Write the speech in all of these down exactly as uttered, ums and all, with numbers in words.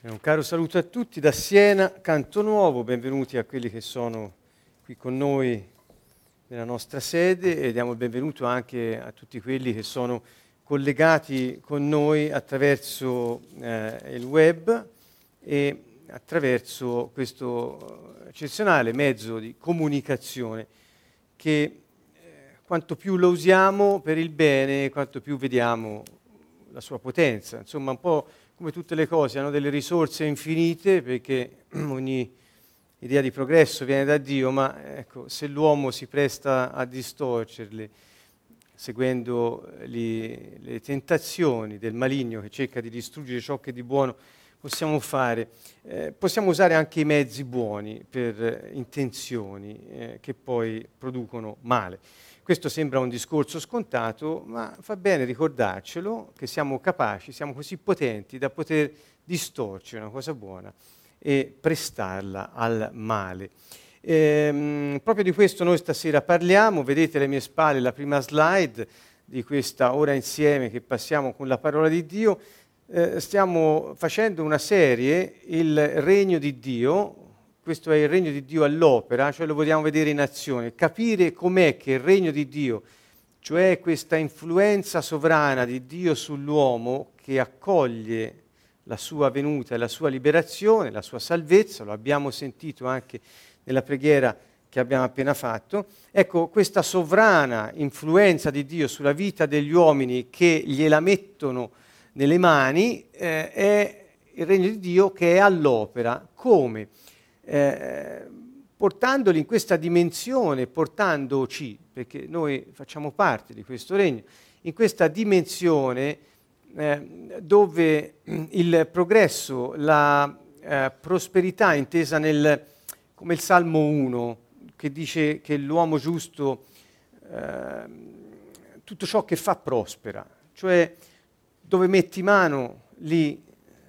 Un caro saluto a tutti da Siena, Canto Nuovo, benvenuti a quelli che sono qui con noi nella nostra sede e diamo il benvenuto anche a tutti quelli che sono collegati con noi attraverso eh, il web e attraverso questo eccezionale mezzo di comunicazione che eh, quanto più lo usiamo per il bene, quanto più vediamo la sua potenza. Insomma, un po' come tutte le cose, hanno delle risorse infinite perché ogni idea di progresso viene da Dio, ma ecco, se l'uomo si presta a distorcerle, seguendo gli, le tentazioni del maligno che cerca di distruggere ciò che di buono possiamo fare, eh, possiamo usare anche i mezzi buoni per eh, intenzioni eh, che poi producono male. Questo sembra un discorso scontato, ma fa bene ricordarcelo che siamo capaci, siamo così potenti da poter distorcere una cosa buona e prestarla al male. Ehm, proprio di questo noi stasera parliamo, vedete alle mie spalle la prima slide di questa ora insieme che passiamo con la parola di Dio. Eh, stiamo facendo una serie, il regno di Dio. Questo è il regno di Dio all'opera, cioè lo vogliamo vedere in azione, capire com'è che il regno di Dio, cioè questa influenza sovrana di Dio sull'uomo che accoglie la sua venuta e la sua liberazione, la sua salvezza, lo abbiamo sentito anche nella preghiera che abbiamo appena fatto. Ecco, questa sovrana influenza di Dio sulla vita degli uomini che gliela mettono nelle mani eh, è il regno di Dio che è all'opera. Come? Eh, portandoli in questa dimensione, portandoci, perché noi facciamo parte di questo regno, in questa dimensione eh, dove il progresso, la eh, prosperità intesa nel, come il Salmo uno, che dice che l'uomo giusto eh, tutto ciò che fa prospera, cioè dove metti mano lì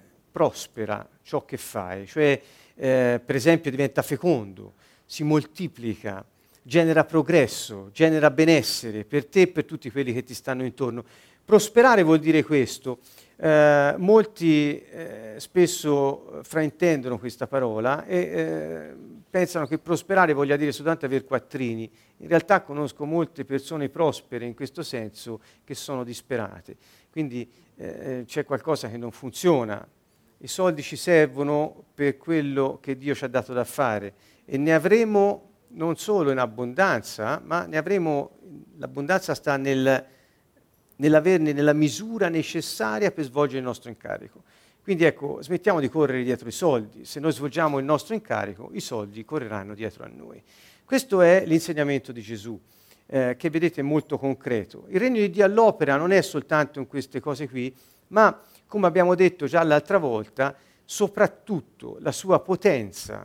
prospera ciò che fai, cioè Eh, per esempio diventa fecondo, si moltiplica, genera progresso, genera benessere per te e per tutti quelli che ti stanno intorno. Prosperare vuol dire questo. Eh, molti eh, spesso fraintendono questa parola e eh, pensano che prosperare voglia dire soltanto avere quattrini. In realtà conosco molte persone prospere in questo senso che sono disperate. Quindi eh, c'è qualcosa che non funziona. I soldi ci servono per quello che Dio ci ha dato da fare e ne avremo non solo in abbondanza, ma ne avremo, l'abbondanza sta nel, nell'averne nella misura necessaria per svolgere il nostro incarico. Quindi ecco, smettiamo di correre dietro i soldi. Se noi svolgiamo il nostro incarico, i soldi correranno dietro a noi. Questo è l'insegnamento di Gesù, eh, che vedete è molto concreto. Il regno di Dio all'opera non è soltanto in queste cose qui, ma come abbiamo detto già l'altra volta, soprattutto la sua potenza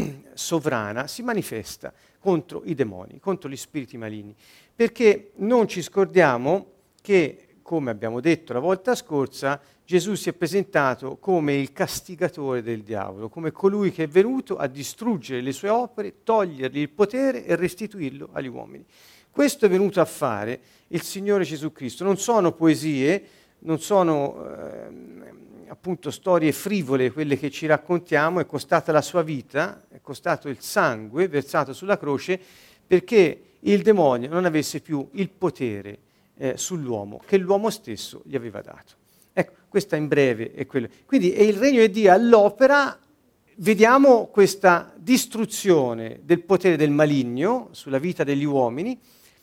sovrana si manifesta contro i demoni, contro gli spiriti maligni. Perché non ci scordiamo che, come abbiamo detto la volta scorsa, Gesù si è presentato come il castigatore del diavolo, come colui che è venuto a distruggere le sue opere, togliergli il potere e restituirlo agli uomini. Questo è venuto a fare il Signore Gesù Cristo. Non sono poesie, non sono eh, appunto storie frivole quelle che ci raccontiamo, è costata la sua vita, è costato il sangue versato sulla croce perché il demonio non avesse più il potere eh, sull'uomo che l'uomo stesso gli aveva dato. Ecco, questa in breve è quello. Quindi è il regno di Dio all'opera, vediamo questa distruzione del potere del maligno sulla vita degli uomini.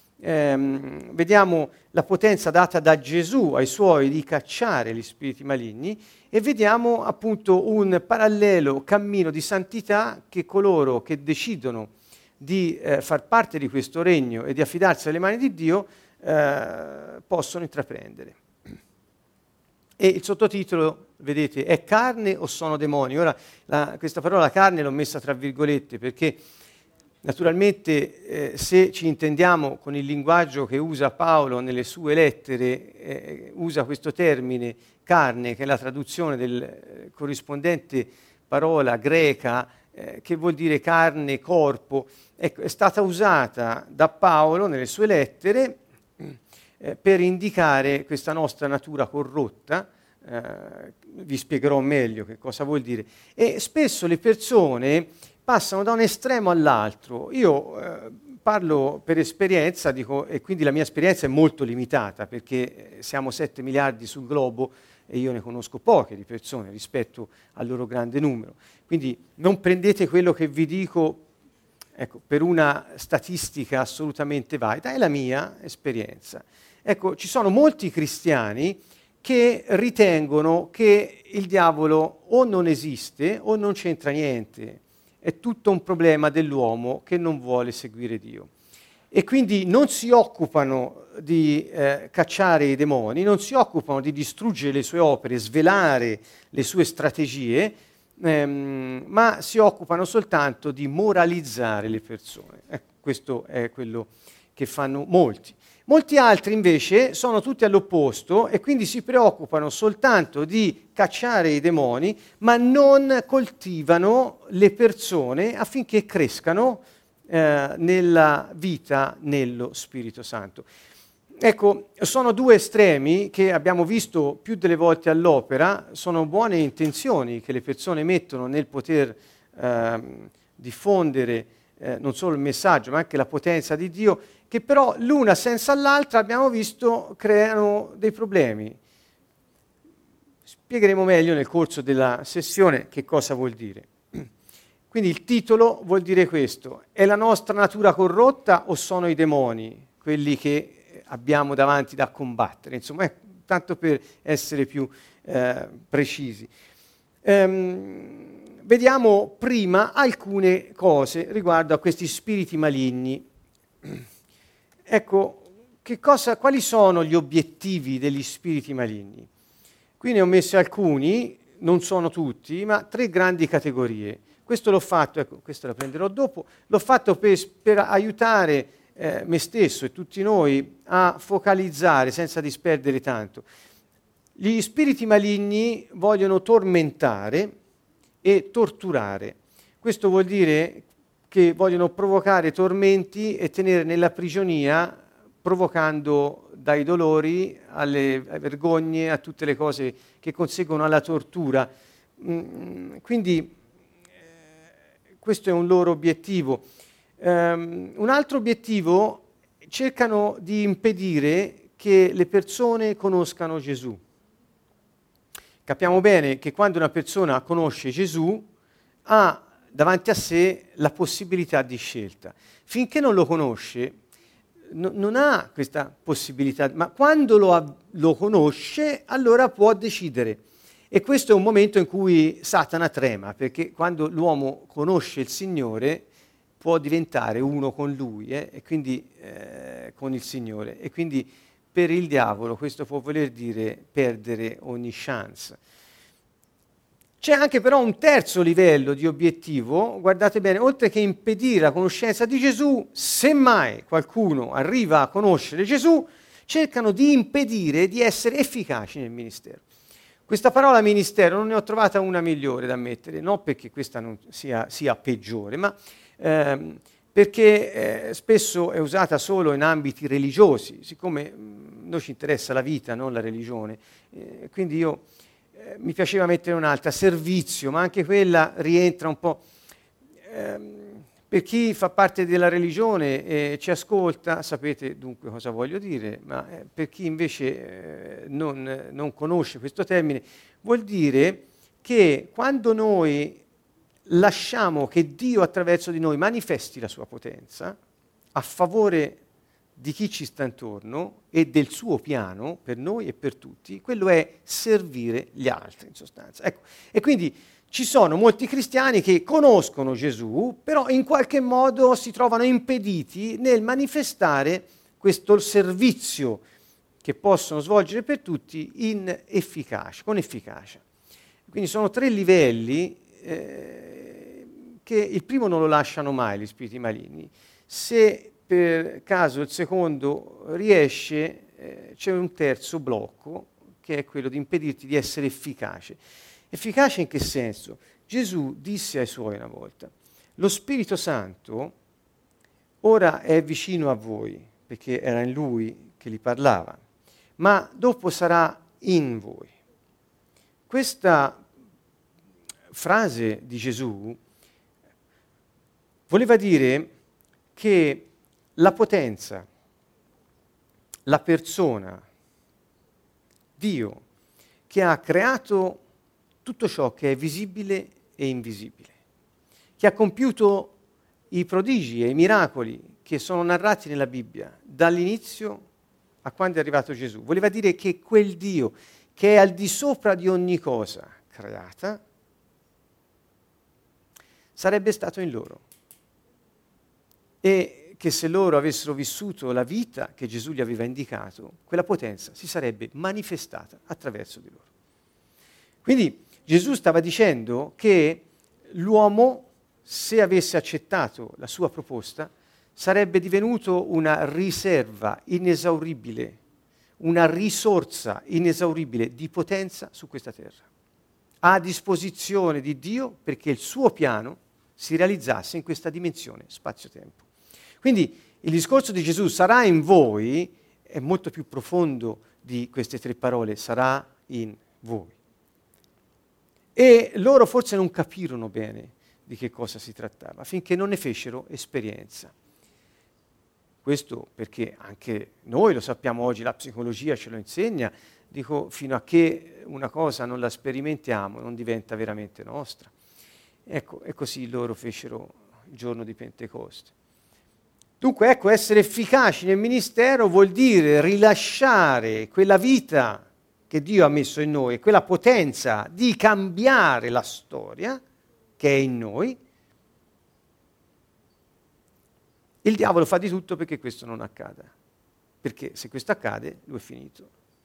Eh, vediamo la potenza data da Gesù ai suoi di cacciare gli spiriti maligni e vediamo appunto un parallelo cammino di santità che coloro che decidono di eh, far parte di questo regno e di affidarsi alle mani di Dio eh, possono intraprendere. E il sottotitolo, vedete, è carne o sono demoni? Ora la, questa parola carne l'ho messa tra virgolette perché naturalmente eh, se ci intendiamo con il linguaggio che usa Paolo nelle sue lettere, eh, usa questo termine carne, che è la traduzione del eh, corrispondente parola greca, eh, che vuol dire carne, corpo, ecco, è stata usata da Paolo nelle sue lettere eh, per indicare questa nostra natura corrotta, eh, vi spiegherò meglio che cosa vuol dire. E spesso le persone passano da un estremo all'altro. Io eh, parlo per esperienza, dico, e quindi la mia esperienza è molto limitata, perché siamo sette miliardi sul globo e io ne conosco poche di persone rispetto al loro grande numero. Quindi non prendete quello che vi dico, ecco, per una statistica assolutamente valida, è la mia esperienza. Ecco, ci sono molti cristiani che ritengono che il diavolo o non esiste o non c'entra niente. È tutto un problema dell'uomo che non vuole seguire Dio. E quindi non si occupano di eh, cacciare i demoni, non si occupano di distruggere le sue opere, svelare le sue strategie, ehm, ma si occupano soltanto di moralizzare le persone. Eh, questo è quello che fanno molti. Molti altri invece sono tutti all'opposto e quindi si preoccupano soltanto di cacciare i demoni, ma non coltivano le persone affinché crescano eh, nella vita nello Spirito Santo. Ecco, sono due estremi che abbiamo visto più delle volte all'opera, sono buone intenzioni che le persone mettono nel poter eh, diffondere eh, non solo il messaggio, ma anche la potenza di Dio, che però l'una senza l'altra, abbiamo visto, creano dei problemi. Spiegheremo meglio nel corso della sessione che cosa vuol dire. Quindi il titolo vuol dire questo: è la nostra natura corrotta o sono i demoni quelli che abbiamo davanti da combattere? Insomma, è tanto per essere più eh, precisi. Ehm, vediamo prima alcune cose riguardo a questi spiriti maligni. Ecco, che cosa, quali sono gli obiettivi degli spiriti maligni? Qui ne ho messi alcuni, non sono tutti, ma tre grandi categorie. Questo l'ho fatto, ecco, questo la prenderò dopo, l'ho fatto per, per aiutare eh, me stesso e tutti noi a focalizzare senza disperdere tanto. Gli spiriti maligni vogliono tormentare e torturare. Questo vuol dire che vogliono provocare tormenti e tenere nella prigionia, provocando dai dolori alle, alle vergogne, a tutte le cose che conseguono alla tortura. Mm, quindi eh, questo è un loro obiettivo. Um, un altro obiettivo: cercano di impedire che le persone conoscano Gesù. Capiamo bene che quando una persona conosce Gesù ha davanti a sé la possibilità di scelta. Finché non lo conosce, no, non ha questa possibilità, ma quando lo, ha, lo conosce, allora può decidere. E questo è un momento in cui Satana trema, perché quando l'uomo conosce il Signore può diventare uno con Lui, eh, e quindi eh, con il Signore. E quindi per il diavolo questo può voler dire perdere ogni chance. C'è anche però un terzo livello di obiettivo, guardate bene, oltre che impedire la conoscenza di Gesù, semmai qualcuno arriva a conoscere Gesù, cercano di impedire di essere efficaci nel ministero. Questa parola ministero non ne ho trovata una migliore da mettere, non perché questa non sia, sia peggiore, ma ehm, perché eh, spesso è usata solo in ambiti religiosi, siccome mh, noi ci interessa la vita, non la religione, eh, quindi io eh, mi piaceva mettere un'altra, servizio, ma anche quella rientra un po'. Ehm, per chi fa parte della religione e ci ascolta, sapete dunque cosa voglio dire, ma eh, per chi invece eh, non, non conosce questo termine, vuol dire che quando noi lasciamo che Dio attraverso di noi manifesti la sua potenza a favore di chi ci sta intorno e del suo piano per noi e per tutti, quello è servire gli altri in sostanza. Ecco. E quindi ci sono molti cristiani che conoscono Gesù, però in qualche modo si trovano impediti nel manifestare questo servizio che possono svolgere per tutti in efficacia, con efficacia. Quindi sono tre livelli eh, che il primo non lo lasciano mai, gli spiriti maligni. Se per caso il secondo riesce, eh, c'è un terzo blocco, che è quello di impedirti di essere efficace. Efficace in che senso? Gesù disse ai suoi una volta: lo Spirito Santo ora è vicino a voi, perché era in lui che li parlava, ma dopo sarà in voi. questa frase di Gesù voleva dire che la potenza, la persona, Dio, che ha creato tutto ciò che è visibile e invisibile, che ha compiuto i prodigi e i miracoli che sono narrati nella Bibbia, dall'inizio a quando è arrivato Gesù. Voleva dire che quel Dio che è al di sopra di ogni cosa creata sarebbe stato in loro e che se loro avessero vissuto la vita che Gesù gli aveva indicato, quella potenza si sarebbe manifestata attraverso di loro. Quindi Gesù stava dicendo che l'uomo, se avesse accettato la sua proposta, sarebbe divenuto una riserva inesauribile, una risorsa inesauribile di potenza su questa terra, a disposizione di Dio perché il suo piano si realizzasse in questa dimensione spazio-tempo. Quindi il discorso di Gesù sarà in voi è molto più profondo di queste tre parole, sarà in voi. E loro forse non capirono bene di che cosa si trattava, finché non ne fecero esperienza. Questo perché anche noi lo sappiamo oggi, la psicologia ce lo insegna, dico, fino a che una cosa non la sperimentiamo non diventa veramente nostra. Ecco, e così loro fecero il giorno di Pentecoste. Dunque, ecco, essere efficaci nel ministero vuol dire rilasciare quella vita che Dio ha messo in noi, quella potenza di cambiare la storia che è in noi. Il diavolo fa di tutto perché questo non accada, perché se questo accade, lui è finito.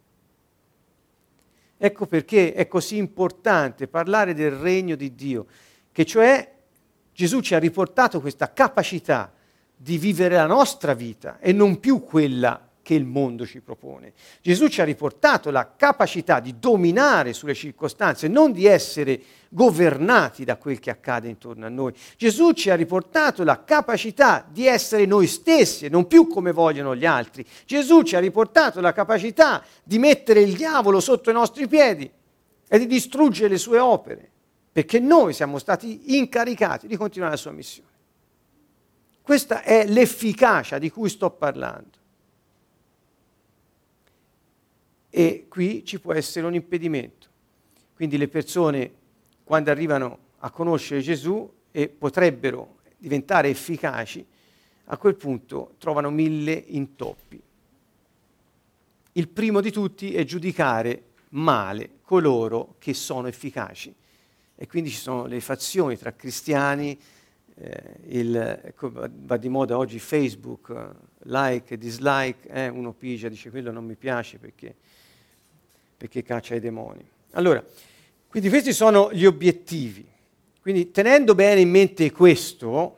Ecco perché è così importante parlare del regno di Dio, che cioè Gesù ci ha riportato questa capacità di vivere la nostra vita e non più quella che il mondo ci propone. Gesù ci ha riportato la capacità di dominare sulle circostanze, non di essere governati da quel che accade intorno a noi. Gesù ci ha riportato la capacità di essere noi stessi e non più come vogliono gli altri. Gesù ci ha riportato la capacità di mettere il diavolo sotto i nostri piedi e di distruggere le sue opere, perché noi siamo stati incaricati di continuare la sua missione. Questa è l'efficacia di cui sto parlando. E qui ci può essere un impedimento. Quindi le persone, quando arrivano a conoscere Gesù e potrebbero diventare efficaci, a quel punto trovano mille intoppi. Il primo di tutti è giudicare male coloro che sono efficaci. E quindi ci sono le fazioni tra cristiani, eh, il, va di moda oggi Facebook, like, dislike, eh, uno pigia, dice quello non mi piace perché, perché caccia i demoni. Allora, quindi questi sono gli obiettivi. Quindi tenendo bene in mente questo,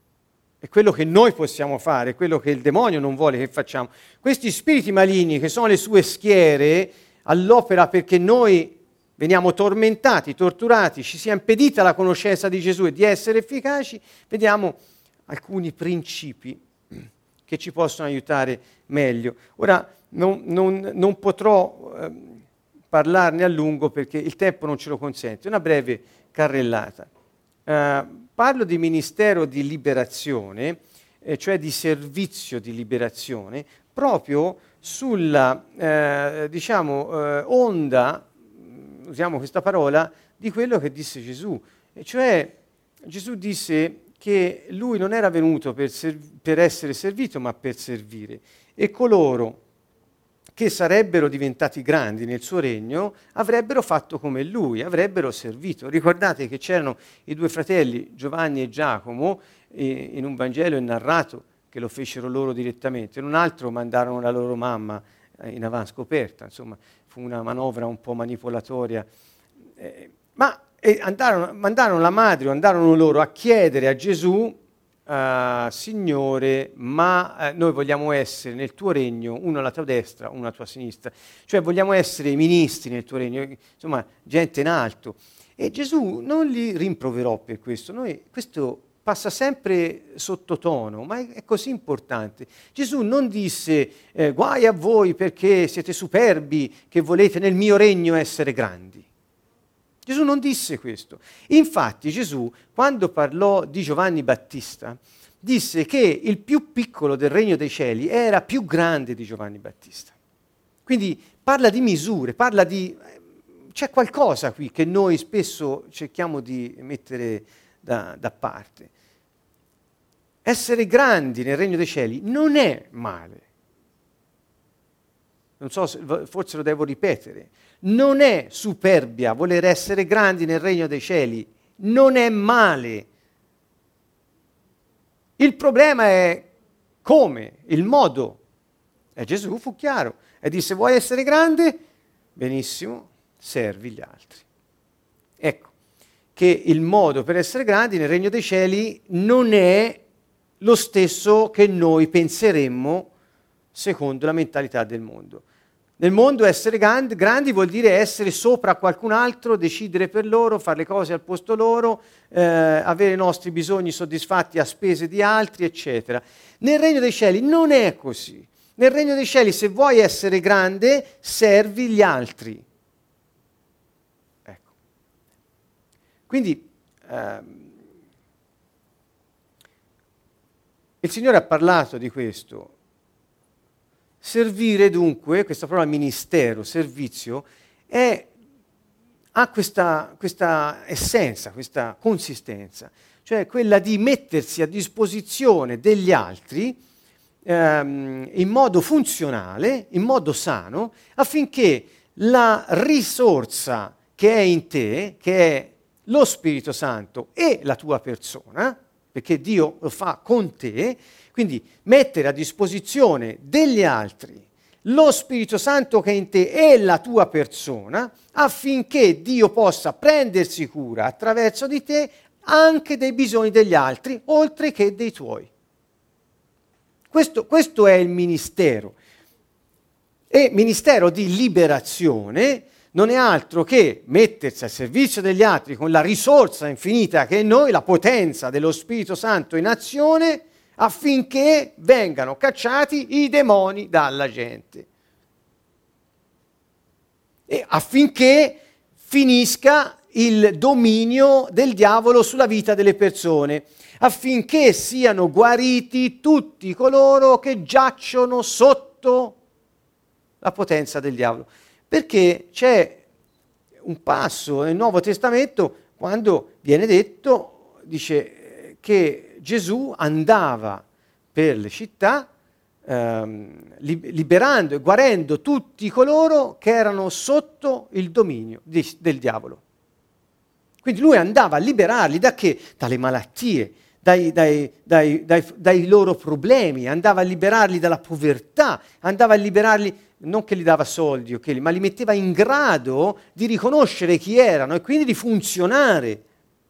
è quello che noi possiamo fare, quello che il demonio non vuole che facciamo. Questi spiriti maligni che sono le sue schiere all'opera perché noi veniamo tormentati, torturati, ci sia impedita la conoscenza di Gesù e di essere efficaci, vediamo alcuni principi che ci possono aiutare meglio. Ora non, non, non potrò eh, parlarne a lungo perché il tempo non ce lo consente, una breve carrellata. Eh, parlo di ministero di liberazione, eh, cioè di servizio di liberazione, proprio sulla eh, diciamo, eh, onda, usiamo questa parola, di quello che disse Gesù. E cioè Gesù disse che lui non era venuto per, serv- per essere servito, ma per servire. E coloro che sarebbero diventati grandi nel suo regno avrebbero fatto come lui, avrebbero servito. Ricordate che c'erano i due fratelli, Giovanni e Giacomo, e in un Vangelo è narrato che lo fecero loro direttamente, in un altro mandarono la loro mamma in avanscoperta, insomma fu una manovra un po' manipolatoria, eh, ma eh, andarono, mandarono la madre, andarono loro a chiedere a Gesù, uh, Signore, ma eh, noi vogliamo essere nel tuo regno, uno alla tua destra, uno alla tua sinistra, cioè vogliamo essere ministri nel tuo regno, insomma gente in alto. E Gesù non li rimproverò per questo, noi, questo passa sempre sottotono, ma è, è così importante. Gesù non disse eh, guai a voi perché siete superbi, che volete nel mio regno essere grandi. Gesù non disse questo. Infatti Gesù, quando parlò di Giovanni Battista, disse che il più piccolo del regno dei cieli era più grande di Giovanni Battista. Quindi parla di misure, parla di... c'è qualcosa qui che noi spesso cerchiamo di mettere da, da parte. Essere grandi nel regno dei cieli non è male. Non so, se, forse lo devo ripetere. Non è superbia voler essere grandi nel regno dei cieli. Non è male. Il problema è come, il modo. E Gesù fu chiaro e disse: vuoi essere grande? Benissimo, servi gli altri. Ecco, che il modo per essere grandi nel regno dei cieli non è lo stesso che noi penseremmo secondo la mentalità del mondo. Nel mondo essere grandi, grandi vuol dire essere sopra a qualcun altro, decidere per loro, fare le cose al posto loro, eh, avere i nostri bisogni soddisfatti a spese di altri, eccetera. Nel regno dei cieli non è così. Nel regno dei cieli, se vuoi essere grande, servi gli altri. Ecco. Quindi ehm, il Signore ha parlato di questo. Servire dunque, questa parola ministero, servizio, è, ha questa, questa essenza, questa consistenza, cioè quella di mettersi a disposizione degli altri ehm, in modo funzionale, in modo sano, affinché la risorsa che è in te, che è lo Spirito Santo e la tua persona, perché Dio lo fa con te, quindi mettere a disposizione degli altri lo Spirito Santo che è in te e la tua persona, affinché Dio possa prendersi cura attraverso di te anche dei bisogni degli altri, oltre che dei tuoi. Questo, questo è il ministero. E ministero di liberazione non è altro che mettersi al servizio degli altri con la risorsa infinita che è noi, la potenza dello Spirito Santo in azione, affinché vengano cacciati i demoni dalla gente e affinché finisca il dominio del diavolo sulla vita delle persone, affinché siano guariti tutti coloro che giacciono sotto la potenza del diavolo. Perché c'è un passo nel Nuovo Testamento quando viene detto, dice che Gesù andava per le città ehm, liberando e guarendo tutti coloro che erano sotto il dominio di, del diavolo. Quindi lui andava a liberarli da che? Dalle malattie, dai, dai, dai, dai, dai loro problemi, andava a liberarli dalla povertà, andava a liberarli, non che gli dava soldi, okay, ma li metteva in grado di riconoscere chi erano e quindi di funzionare.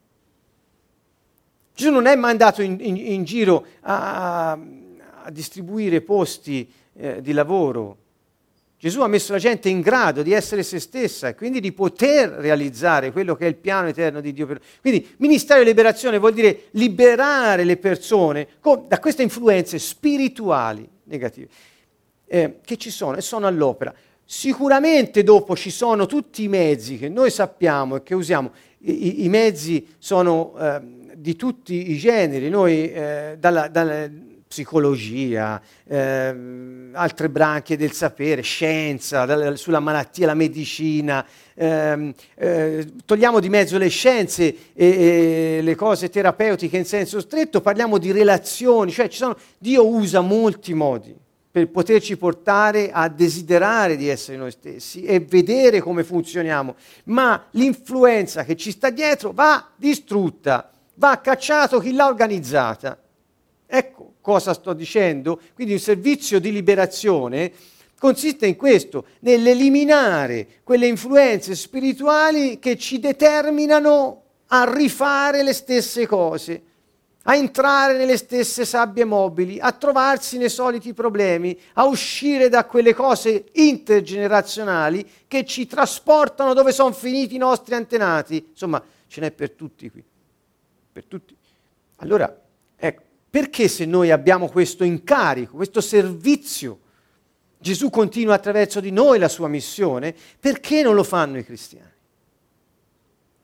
Gesù non è mai andato in, in, in giro a, a distribuire posti eh, di lavoro. Gesù ha messo la gente in grado di essere se stessa e quindi di poter realizzare quello che è il piano eterno di Dio. Per... Quindi ministero di liberazione vuol dire liberare le persone con, da queste influenze spirituali negative eh, che ci sono e sono all'opera. Sicuramente dopo ci sono tutti i mezzi che noi sappiamo e che usiamo. I, i mezzi sono eh, di tutti i generi, noi eh, dalla, dalla psicologia, eh, altre branche del sapere, scienza, dalla, sulla malattia, la medicina, ehm, eh, togliamo di mezzo le scienze e, e le cose terapeutiche in senso stretto, parliamo di relazioni, cioè ci sono, Dio usa molti modi per poterci portare a desiderare di essere noi stessi e vedere come funzioniamo, ma l'influenza che ci sta dietro va distrutta, va cacciato chi l'ha organizzata. Ecco cosa sto dicendo. Quindi un servizio di liberazione consiste in questo, nell'eliminare quelle influenze spirituali che ci determinano a rifare le stesse cose, a entrare nelle stesse sabbie mobili, a trovarsi nei soliti problemi, a uscire da quelle cose intergenerazionali che ci trasportano dove sono finiti i nostri antenati. Insomma, ce n'è per tutti qui. Per tutti. Allora, ecco, perché se noi abbiamo questo incarico, questo servizio, Gesù continua attraverso di noi la sua missione, perché non lo fanno i cristiani?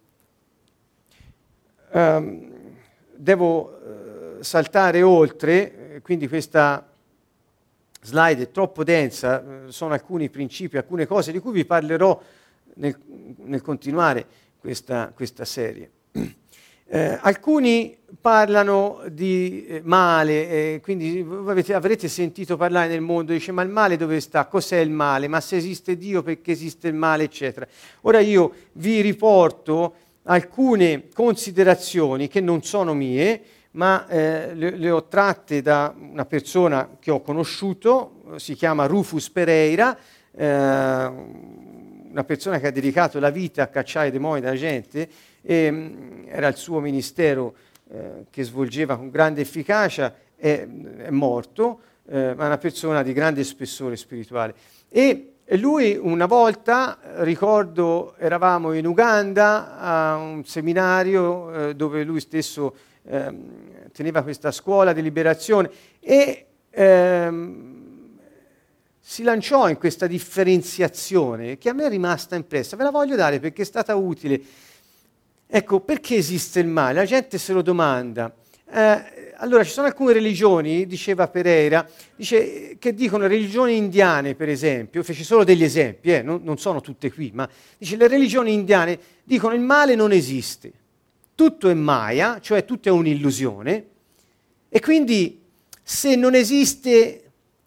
Um, devo uh, saltare oltre, quindi questa slide è troppo densa, uh, sono alcuni principi, alcune cose di cui vi parlerò nel, nel continuare questa, questa serie. Eh, alcuni parlano di eh, male, eh, quindi voi avete, avrete sentito parlare nel mondo, dice ma il male dove sta? Cos'è il male? Ma se esiste Dio perché esiste il male, eccetera. Ora io vi riporto alcune considerazioni che non sono mie, ma eh, le, le ho tratte da una persona che ho conosciuto, si chiama Rufus Pereira, eh, una persona che ha dedicato la vita a cacciare i demoni dalla gente. E, mh, era il suo ministero eh, che svolgeva con grande efficacia, è, è morto, eh, ma è una persona di grande spessore spirituale. E, e lui una volta, ricordo, eravamo in Uganda a un seminario eh, dove lui stesso eh, teneva questa scuola di liberazione e ehm, si lanciò in questa differenziazione che a me è rimasta impressa. Ve la voglio dare perché è stata utile. Ecco, perché esiste il male? La gente se lo domanda. Eh, allora, ci sono alcune religioni, diceva Pereira, dice, che dicono religioni indiane, per esempio, fece solo degli esempi, eh, non, non sono tutte qui, ma dice le religioni indiane dicono il male non esiste, tutto è maya, cioè tutto è un'illusione, e quindi se non esiste,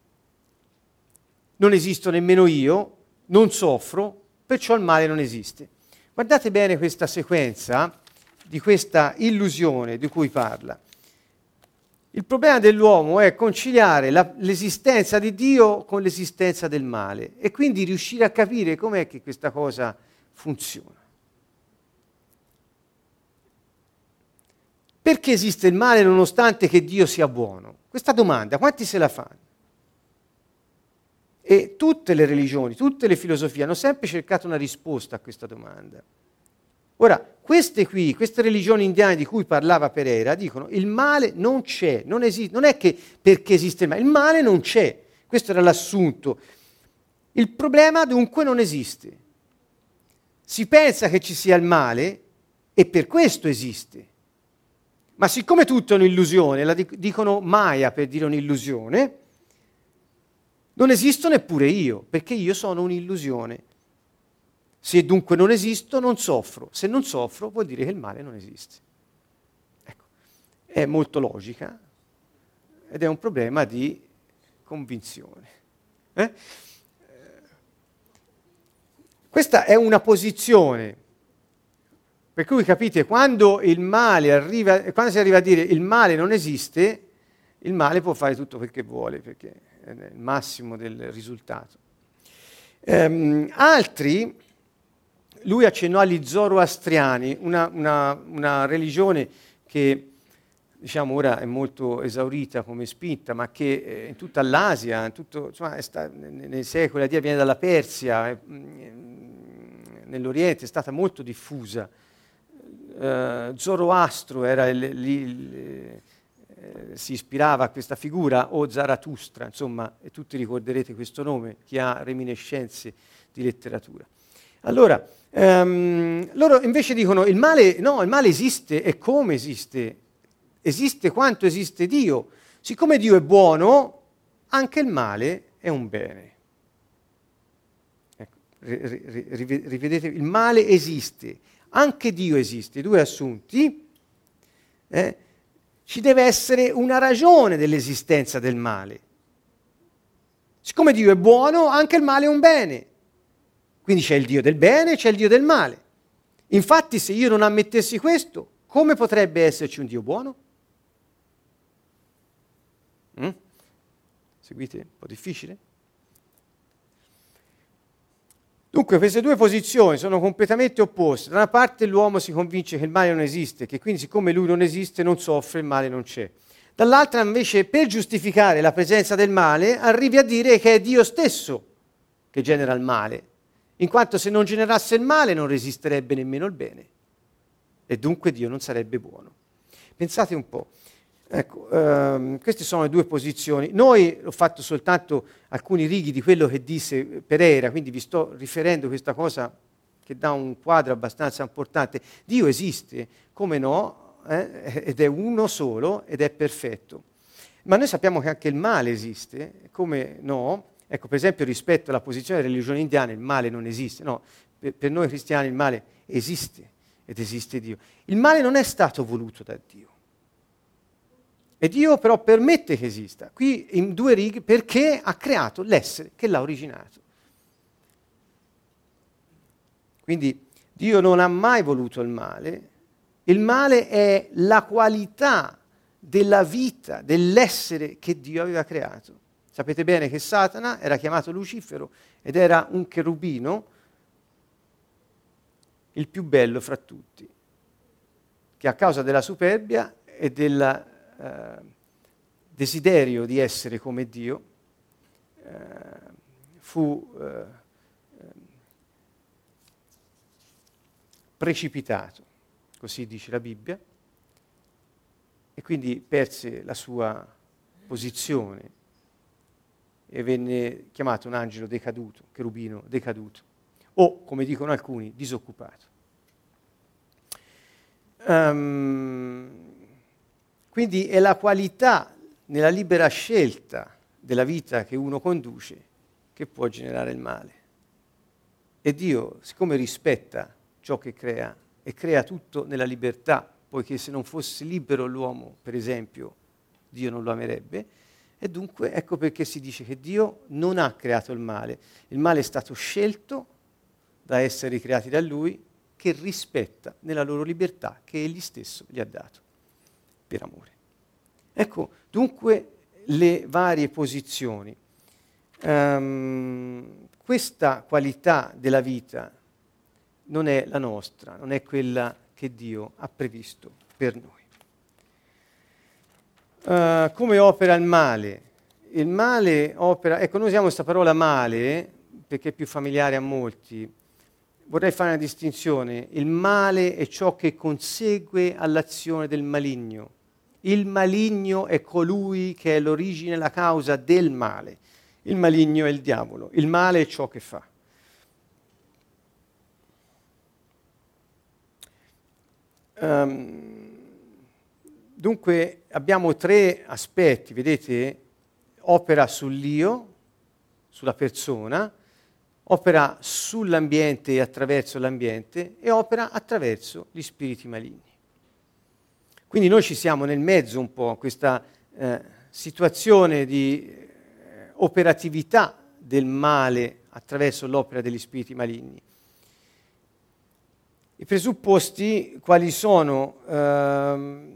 non esisto nemmeno io, non soffro, perciò il male non esiste. Guardate bene questa sequenza di questa illusione di cui parla. Il problema dell'uomo è conciliare la, l'esistenza di Dio con l'esistenza del male e quindi riuscire a capire com'è che questa cosa funziona. Perché esiste il male nonostante che Dio sia buono? Questa domanda, quanti se la fanno? E tutte le religioni, tutte le filosofie hanno sempre cercato una risposta a questa domanda. Ora, queste qui, queste religioni indiane di cui parlava Pereira, dicono il male non c'è, non esiste, non è che perché esiste il male, il male non c'è, questo era l'assunto. Il problema dunque non esiste. Si pensa che ci sia il male e per questo esiste. Ma siccome tutto è un'illusione, la dicono Maya per dire un'illusione, non esisto neppure io, perché io sono un'illusione. Se dunque non esisto, non soffro. Se non soffro, vuol dire che il male non esiste. Ecco, è molto logica ed è un problema di convinzione. Eh? Questa è una posizione, per cui capite, quando il male arriva, quando si arriva a dire il male non esiste, il male può fare tutto quel che vuole, perché è il massimo del risultato. Um, altri, lui accennò agli zoroastriani, una, una, una religione che diciamo ora è molto esaurita come spinta, ma che eh, in tutta l'Asia, in tutto, insomma, è sta, nei, nei secoli a dire viene dalla Persia, è, nell'Oriente è stata molto diffusa. Uh, Zoroastro era il, il, il, eh, si ispirava a questa figura, o Zarathustra, insomma, e tutti ricorderete questo nome, chi ha reminiscenze di letteratura. Allora, um, loro invece dicono il male, no, il male esiste, e come esiste? Esiste quanto esiste Dio. Siccome Dio è buono, anche il male è un bene. Ecco, ri, ri, rivedete, il male esiste. Anche Dio esiste, i due assunti, eh, ci deve essere una ragione dell'esistenza del male. Siccome Dio è buono, anche il male è un bene. Quindi c'è il Dio del bene e c'è il Dio del male. Infatti, se io non ammettessi questo, come potrebbe esserci un Dio buono? Mm? Seguite? Un po' difficile? Dunque queste due posizioni sono completamente opposte. Da una parte l'uomo si convince che il male non esiste, che quindi siccome lui non esiste non soffre, il male non c'è. Dall'altra invece per giustificare la presenza del male arrivi a dire che è Dio stesso che genera il male, in quanto se non generasse il male non resisterebbe nemmeno il bene e dunque Dio non sarebbe buono. Pensate un po'. Ecco, ehm, queste sono le due posizioni. Noi ho fatto soltanto alcuni righi di quello che disse Pereira, quindi vi sto riferendo questa cosa che dà un quadro abbastanza importante. Dio esiste, come no? eh, ed è uno solo ed è perfetto. Ma noi sappiamo che anche il male esiste, come no? Ecco, per esempio, rispetto alla posizione delle religioni indiane, il male non esiste. No, per, per noi cristiani il male esiste ed esiste Dio. Il male non è stato voluto da Dio. E Dio però permette che esista, qui in due righe, perché ha creato l'essere che l'ha originato. Quindi Dio non ha mai voluto il male. Il male è la qualità della vita, dell'essere che Dio aveva creato. Sapete bene che Satana era chiamato Lucifero ed era un cherubino, il più bello fra tutti, che a causa della superbia e del uh, desiderio di essere come Dio uh, fu uh, precipitato, così dice la Bibbia, e quindi perse la sua posizione e venne chiamato un angelo decaduto, cherubino decaduto, o, come dicono alcuni, disoccupato. Um, quindi è la qualità nella libera scelta della vita che uno conduce che può generare il male. E Dio, siccome rispetta ciò che crea e crea tutto nella libertà, poiché se non fosse libero l'uomo, per esempio, Dio non lo amerebbe, e dunque ecco perché si dice che Dio non ha creato il male. Il male è stato scelto da esseri creati da Lui, che rispetta nella loro libertà che Egli stesso gli ha dato, per amore. Ecco, dunque, le varie posizioni. Um, questa qualità della vita non è la nostra, non è quella che Dio ha previsto per noi. Uh, come opera il male? Il male opera, ecco, noi usiamo questa parola male perché è più familiare a molti. Vorrei fare una distinzione. Il male è ciò che consegue all'azione del maligno. Il maligno è colui che è l'origine, la causa del male. Il maligno è il diavolo. Il male è ciò che fa. Um, dunque abbiamo tre aspetti, vedete? Opera sull'io, sulla persona, opera sull'ambiente e attraverso l'ambiente e opera attraverso gli spiriti maligni. Quindi noi ci siamo nel mezzo un po' a questa eh, situazione di eh, operatività del male attraverso l'opera degli spiriti maligni. I presupposti quali sono? Ehm,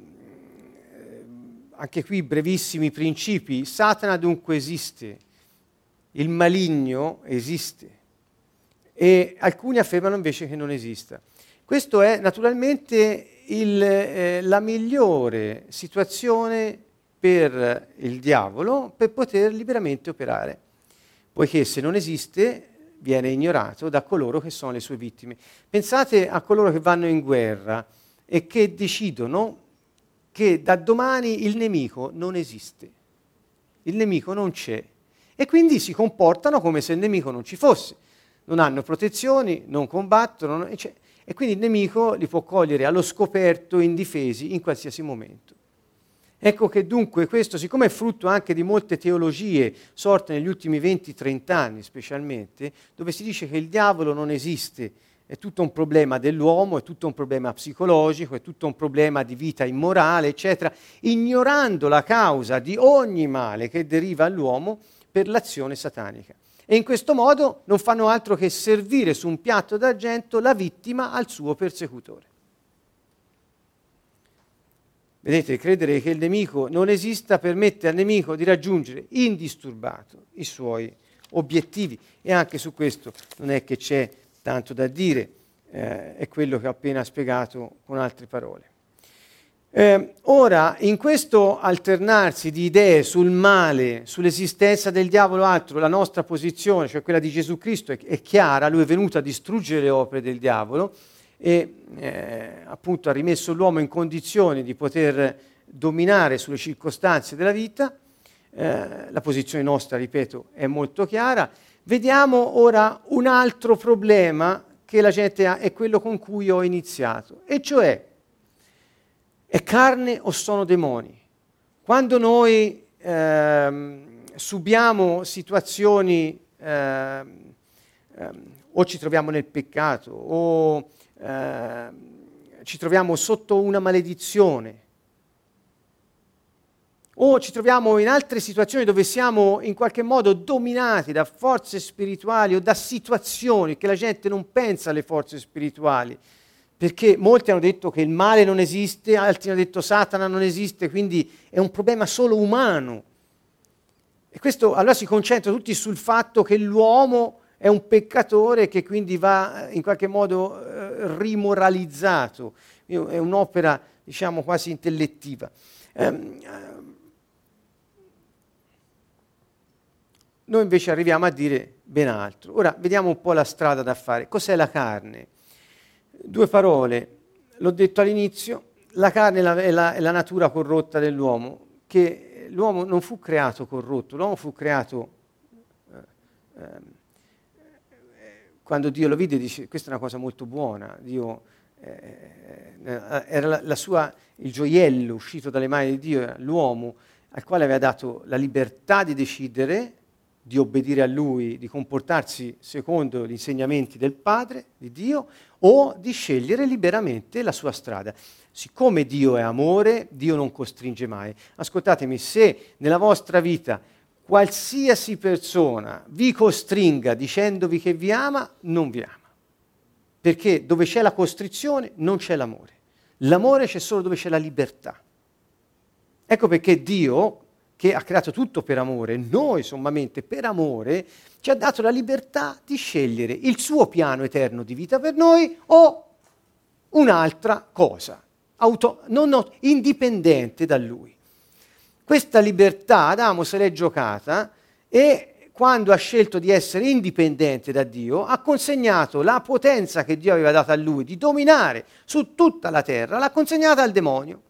anche qui brevissimi principi. Satana dunque esiste, il maligno esiste e alcuni affermano invece che non esista. Questo è naturalmente il, eh, la migliore situazione per il diavolo per poter liberamente operare, poiché se non esiste viene ignorato da coloro che sono le sue vittime. Pensate a coloro che vanno in guerra e che decidono che da domani il nemico non esiste, il nemico non c'è, e quindi si comportano come se il nemico non ci fosse. Non hanno protezioni, non combattono, non, e, e quindi il nemico li può cogliere allo scoperto, indifesi, in qualsiasi momento. Ecco che dunque questo, siccome è frutto anche di molte teologie sorte negli ultimi venti trenta anni specialmente, dove si dice che il diavolo non esiste, è tutto un problema dell'uomo, è tutto un problema psicologico, è tutto un problema di vita immorale, eccetera, ignorando la causa di ogni male che deriva all'uomo per l'azione satanica. E in questo modo non fanno altro che servire su un piatto d'argento la vittima al suo persecutore. Vedete, credere che il nemico non esista permette al nemico di raggiungere indisturbato i suoi obiettivi, e anche su questo non è che c'è tanto da dire, eh, è quello che ho appena spiegato con altre parole. Eh, ora, in questo alternarsi di idee sul male, sull'esistenza del diavolo, altro, la nostra posizione, cioè quella di Gesù Cristo, è, è chiara. Lui è venuto a distruggere le opere del diavolo e eh, appunto ha rimesso l'uomo in condizioni di poter dominare sulle circostanze della vita. Eh, la posizione nostra, ripeto, è molto chiara. Vediamo ora un altro problema che la gente ha, è quello con cui ho iniziato, e cioè è carne o sono demoni? Quando noi ehm, subiamo situazioni, ehm, ehm, o ci troviamo nel peccato, o ehm, ci troviamo sotto una maledizione, o ci troviamo in altre situazioni dove siamo in qualche modo dominati da forze spirituali o da situazioni che la gente non pensa alle forze spirituali, perché molti hanno detto che il male non esiste, altri hanno detto Satana non esiste, quindi è un problema solo umano. E questo allora si concentra tutti sul fatto che l'uomo è un peccatore che quindi va in qualche modo eh, rimoralizzato. È un'opera, diciamo, quasi intellettiva. Ehm, Noi invece arriviamo a dire ben altro. Ora vediamo un po' la strada da fare. Cos'è la carne? Due parole, l'ho detto all'inizio, la carne è la, è la, è la natura corrotta dell'uomo, che l'uomo non fu creato corrotto, l'uomo fu creato, eh, eh, quando Dio lo vide dice questa è una cosa molto buona, Dio, eh, era la, la sua, il gioiello uscito dalle mani di Dio, era l'uomo al quale aveva dato la libertà di decidere, di obbedire a Lui, di comportarsi secondo gli insegnamenti del Padre, di Dio, o di scegliere liberamente la sua strada. Siccome Dio è amore, Dio non costringe mai. Ascoltatemi, se nella vostra vita qualsiasi persona vi costringa dicendovi che vi ama, non vi ama. Perché dove c'è la costrizione non c'è l'amore. L'amore c'è solo dove c'è la libertà. Ecco perché Dio, che ha creato tutto per amore, noi sommamente per amore, ci ha dato la libertà di scegliere il suo piano eterno di vita per noi o un'altra cosa, auto, non, no, indipendente da Lui. Questa libertà Adamo se l'è giocata e quando ha scelto di essere indipendente da Dio, ha consegnato la potenza che Dio aveva data a lui di dominare su tutta la terra, l'ha consegnata al demonio.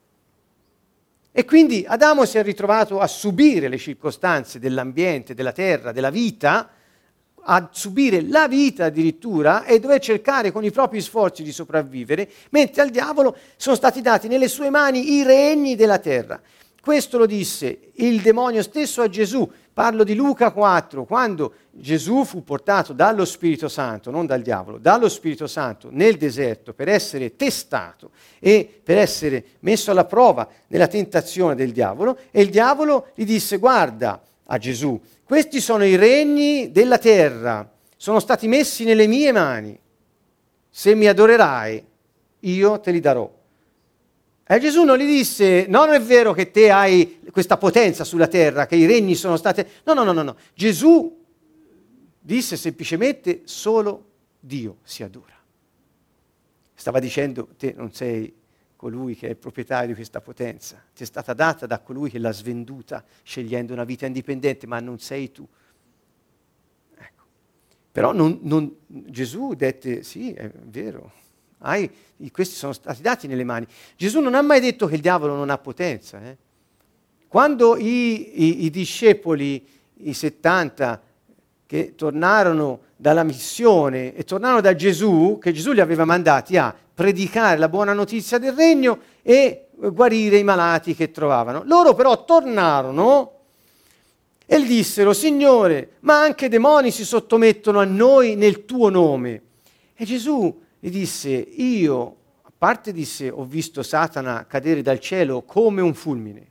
E quindi Adamo si è ritrovato a subire le circostanze dell'ambiente, della terra, della vita, a subire la vita addirittura e dover cercare con i propri sforzi di sopravvivere, mentre al diavolo sono stati dati nelle sue mani i regni della terra. Questo lo disse il demonio stesso a Gesù. Parlo di Luca quattro, quando Gesù fu portato dallo Spirito Santo, non dal diavolo, dallo Spirito Santo nel deserto per essere testato e per essere messo alla prova nella tentazione del diavolo, e il diavolo gli disse: guarda a Gesù, questi sono i regni della terra, sono stati messi nelle mie mani, se mi adorerai io te li darò. E Gesù non gli disse: no, non è vero che te hai questa potenza sulla terra, che i regni sono stati... No, no, no, no, no. Gesù disse semplicemente: solo Dio si adora. Stava dicendo: te non sei colui che è il proprietario di questa potenza, ti è stata data da colui che l'ha svenduta scegliendo una vita indipendente, ma non sei tu. Ecco. Però non, non, Gesù dette: sì, è vero, hai, questi sono stati dati nelle mani. Gesù non ha mai detto che il diavolo non ha potenza. Eh? Quando i, i, i discepoli, i settanta, che tornarono dalla missione e tornarono da Gesù, che Gesù li aveva mandati a predicare la buona notizia del regno e guarire i malati che trovavano. Loro però tornarono e gli dissero: Signore, ma anche i demoni si sottomettono a noi nel tuo nome. E Gesù gli disse: io, a parte disse, ho visto Satana cadere dal cielo come un fulmine.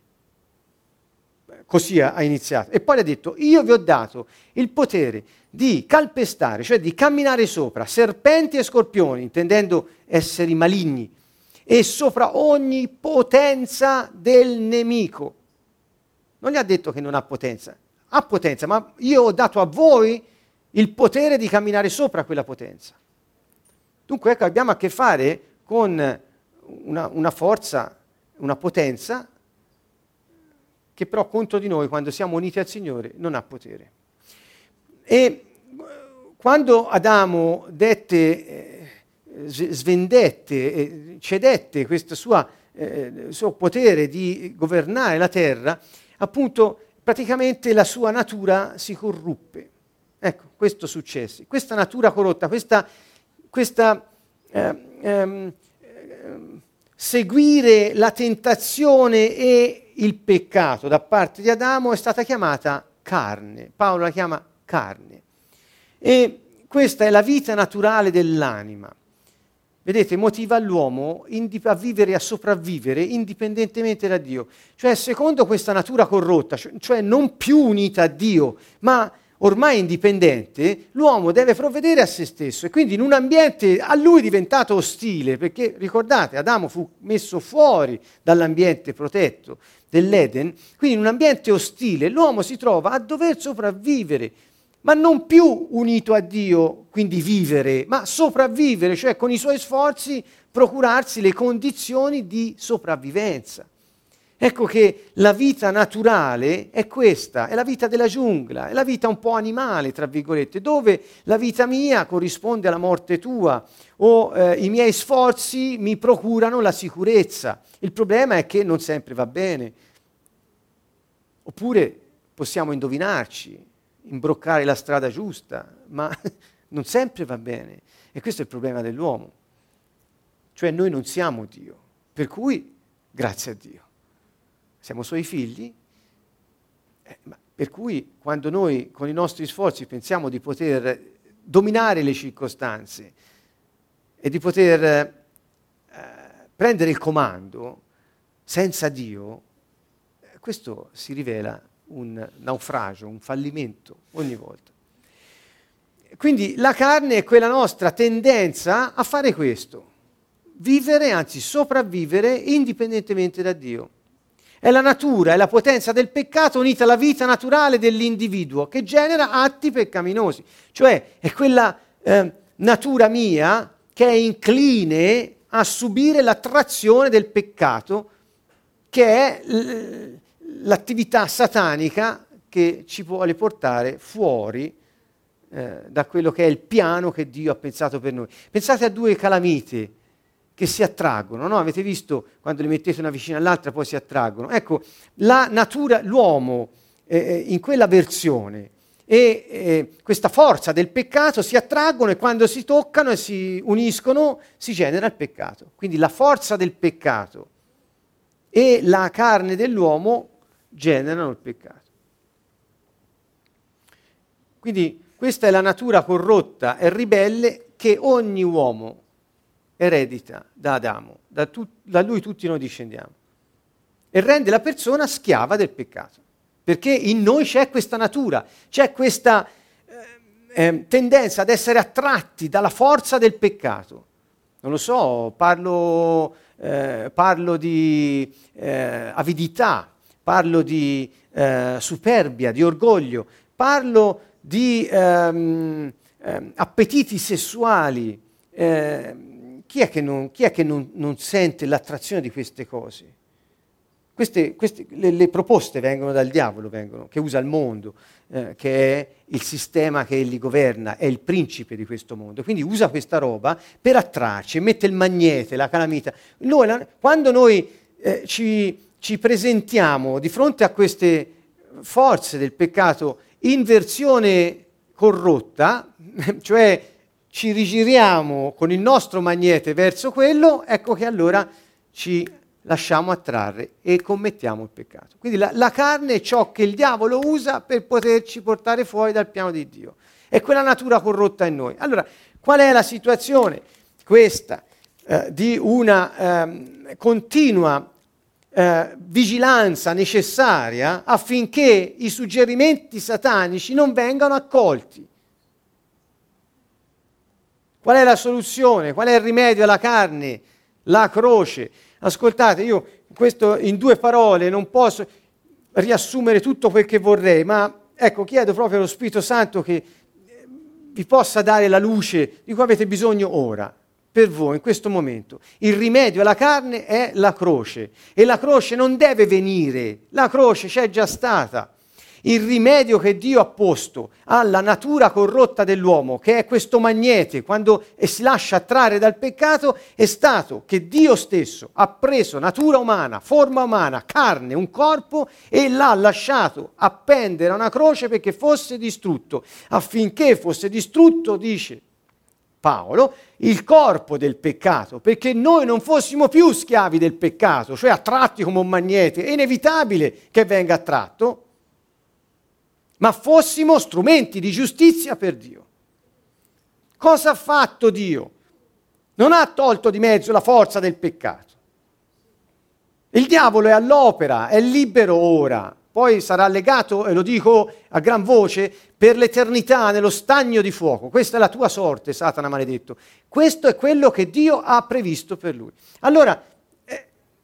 Così ha iniziato. E poi ha detto: io vi ho dato il potere di calpestare, cioè di camminare sopra serpenti e scorpioni, intendendo esseri maligni, e sopra ogni potenza del nemico. Non gli ha detto che non ha potenza, ha potenza, ma io ho dato a voi il potere di camminare sopra quella potenza. Dunque ecco, abbiamo a che fare con una, una forza, una potenza che però contro di noi, quando siamo uniti al Signore, non ha potere. E quando Adamo dette, eh, svendette, eh, cedette questo sua, eh, suo potere di governare la terra, appunto praticamente la sua natura si corruppe. Ecco, questo successe. Questa natura corrotta, questa, questa eh, ehm, seguire la tentazione e il peccato da parte di Adamo è stata chiamata carne. Paolo la chiama carne. E questa è la vita naturale dell'anima. Vedete, motiva l'uomo a vivere e a sopravvivere indipendentemente da Dio. Cioè, secondo questa natura corrotta, cioè non più unita a Dio, ma ormai indipendente, l'uomo deve provvedere a se stesso. E quindi in un ambiente a lui diventato ostile, perché ricordate, Adamo fu messo fuori dall'ambiente protetto dell'Eden, quindi in un ambiente ostile l'uomo si trova a dover sopravvivere, ma non più unito a Dio, quindi vivere, ma sopravvivere, cioè con i suoi sforzi procurarsi le condizioni di sopravvivenza. Ecco che la vita naturale è questa, è la vita della giungla, è la vita un po' animale, tra virgolette, dove la vita mia corrisponde alla morte tua o eh, i miei sforzi mi procurano la sicurezza. Il problema è che non sempre va bene. Oppure possiamo indovinarci, imbroccare la strada giusta, ma non sempre va bene. E questo è il problema dell'uomo. Cioè noi non siamo Dio, per cui grazie a Dio. Siamo suoi figli, eh, ma per cui quando noi con i nostri sforzi pensiamo di poter dominare le circostanze e di poter eh, prendere il comando senza Dio, eh, questo si rivela un naufragio, un fallimento ogni volta. Quindi la carne è quella nostra tendenza a fare questo, vivere, anzi sopravvivere indipendentemente da Dio. È la natura, è la potenza del peccato unita alla vita naturale dell'individuo che genera atti peccaminosi. Cioè è quella eh, natura mia che è incline a subire l'attrazione del peccato, che è l- l'attività satanica che ci vuole portare fuori eh, da quello che è il piano che Dio ha pensato per noi. Pensate a due calamite che si attraggono, no? Avete visto quando le mettete una vicina all'altra poi si attraggono? Ecco, la natura, l'uomo eh, in quella versione e eh, questa forza del peccato si attraggono e quando si toccano e si uniscono si genera il peccato. Quindi la forza del peccato e la carne dell'uomo generano il peccato. Quindi questa è la natura corrotta e ribelle che ogni uomo eredita da Adamo, da, tu, da lui tutti noi discendiamo, e rende la persona schiava del peccato, perché in noi c'è questa natura, c'è questa eh, eh, tendenza ad essere attratti dalla forza del peccato. Non lo so, parlo, eh, parlo di eh, avidità, parlo di eh, superbia, di orgoglio, parlo di ehm, eh, appetiti sessuali. Eh, chi è che, non, chi è che non, non sente l'attrazione di queste cose? Queste, queste, le, le proposte vengono dal diavolo, vengono, che usa il mondo, eh, che è il sistema che egli governa, è il principe di questo mondo. Quindi usa questa roba per attrarci, mette il magnete, la calamita. Noi, la, quando noi eh, ci, ci presentiamo di fronte a queste forze del peccato in versione corrotta, cioè ci rigiriamo con il nostro magnete verso quello, ecco che allora ci lasciamo attrarre e commettiamo il peccato. Quindi la, la carne è ciò che il diavolo usa per poterci portare fuori dal piano di Dio. È quella natura corrotta in noi. Allora, qual è la situazione? Questa, eh, di una eh, continua eh, vigilanza necessaria affinché i suggerimenti satanici non vengano accolti. Qual è la soluzione? Qual è il rimedio alla carne? La croce. Ascoltate, io questo in due parole non posso riassumere tutto quel che vorrei, ma ecco, chiedo proprio allo Spirito Santo che vi possa dare la luce di cui avete bisogno ora, per voi, in questo momento. Il rimedio alla carne è la croce, e la croce non deve venire, la croce c'è già stata. Il rimedio che Dio ha posto alla natura corrotta dell'uomo, che è questo magnete, quando si lascia attrarre dal peccato, è stato che Dio stesso ha preso natura umana, forma umana, carne, un corpo, e l'ha lasciato appendere a una croce perché fosse distrutto. Affinché fosse distrutto, dice Paolo, il corpo del peccato, perché noi non fossimo più schiavi del peccato, cioè attratti come un magnete, è inevitabile che venga attratto, ma fossimo strumenti di giustizia per Dio. Cosa ha fatto Dio? Non ha tolto di mezzo la forza del peccato. Il diavolo è all'opera, è libero ora, poi sarà legato, e lo dico a gran voce, per l'eternità nello stagno di fuoco. Questa è la tua sorte, Satana maledetto. Questo è quello che Dio ha previsto per lui. Allora, eh,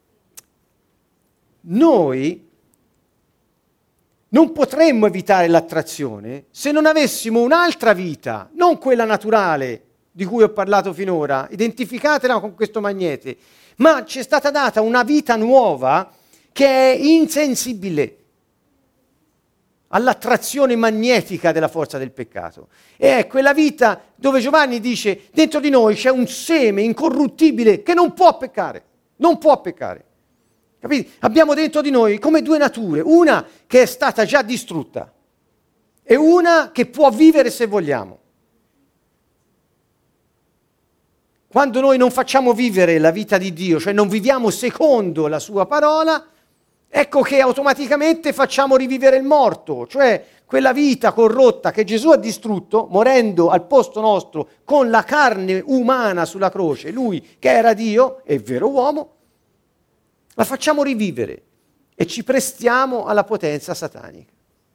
noi non potremmo evitare l'attrazione se non avessimo un'altra vita, non quella naturale di cui ho parlato finora, identificatela con questo magnete, ma ci è stata data una vita nuova che è insensibile all'attrazione magnetica della forza del peccato. E è quella vita dove Giovanni dice, dentro di noi c'è un seme incorruttibile che non può peccare, non può peccare. Capite? Abbiamo dentro di noi come due nature, una che è stata già distrutta e una che può vivere se vogliamo. Quando noi non facciamo vivere la vita di Dio, cioè non viviamo secondo la sua parola, ecco che automaticamente facciamo rivivere il morto, cioè quella vita corrotta che Gesù ha distrutto, morendo al posto nostro con la carne umana sulla croce, lui che era Dio e vero uomo, la facciamo rivivere e ci prestiamo alla potenza satanica.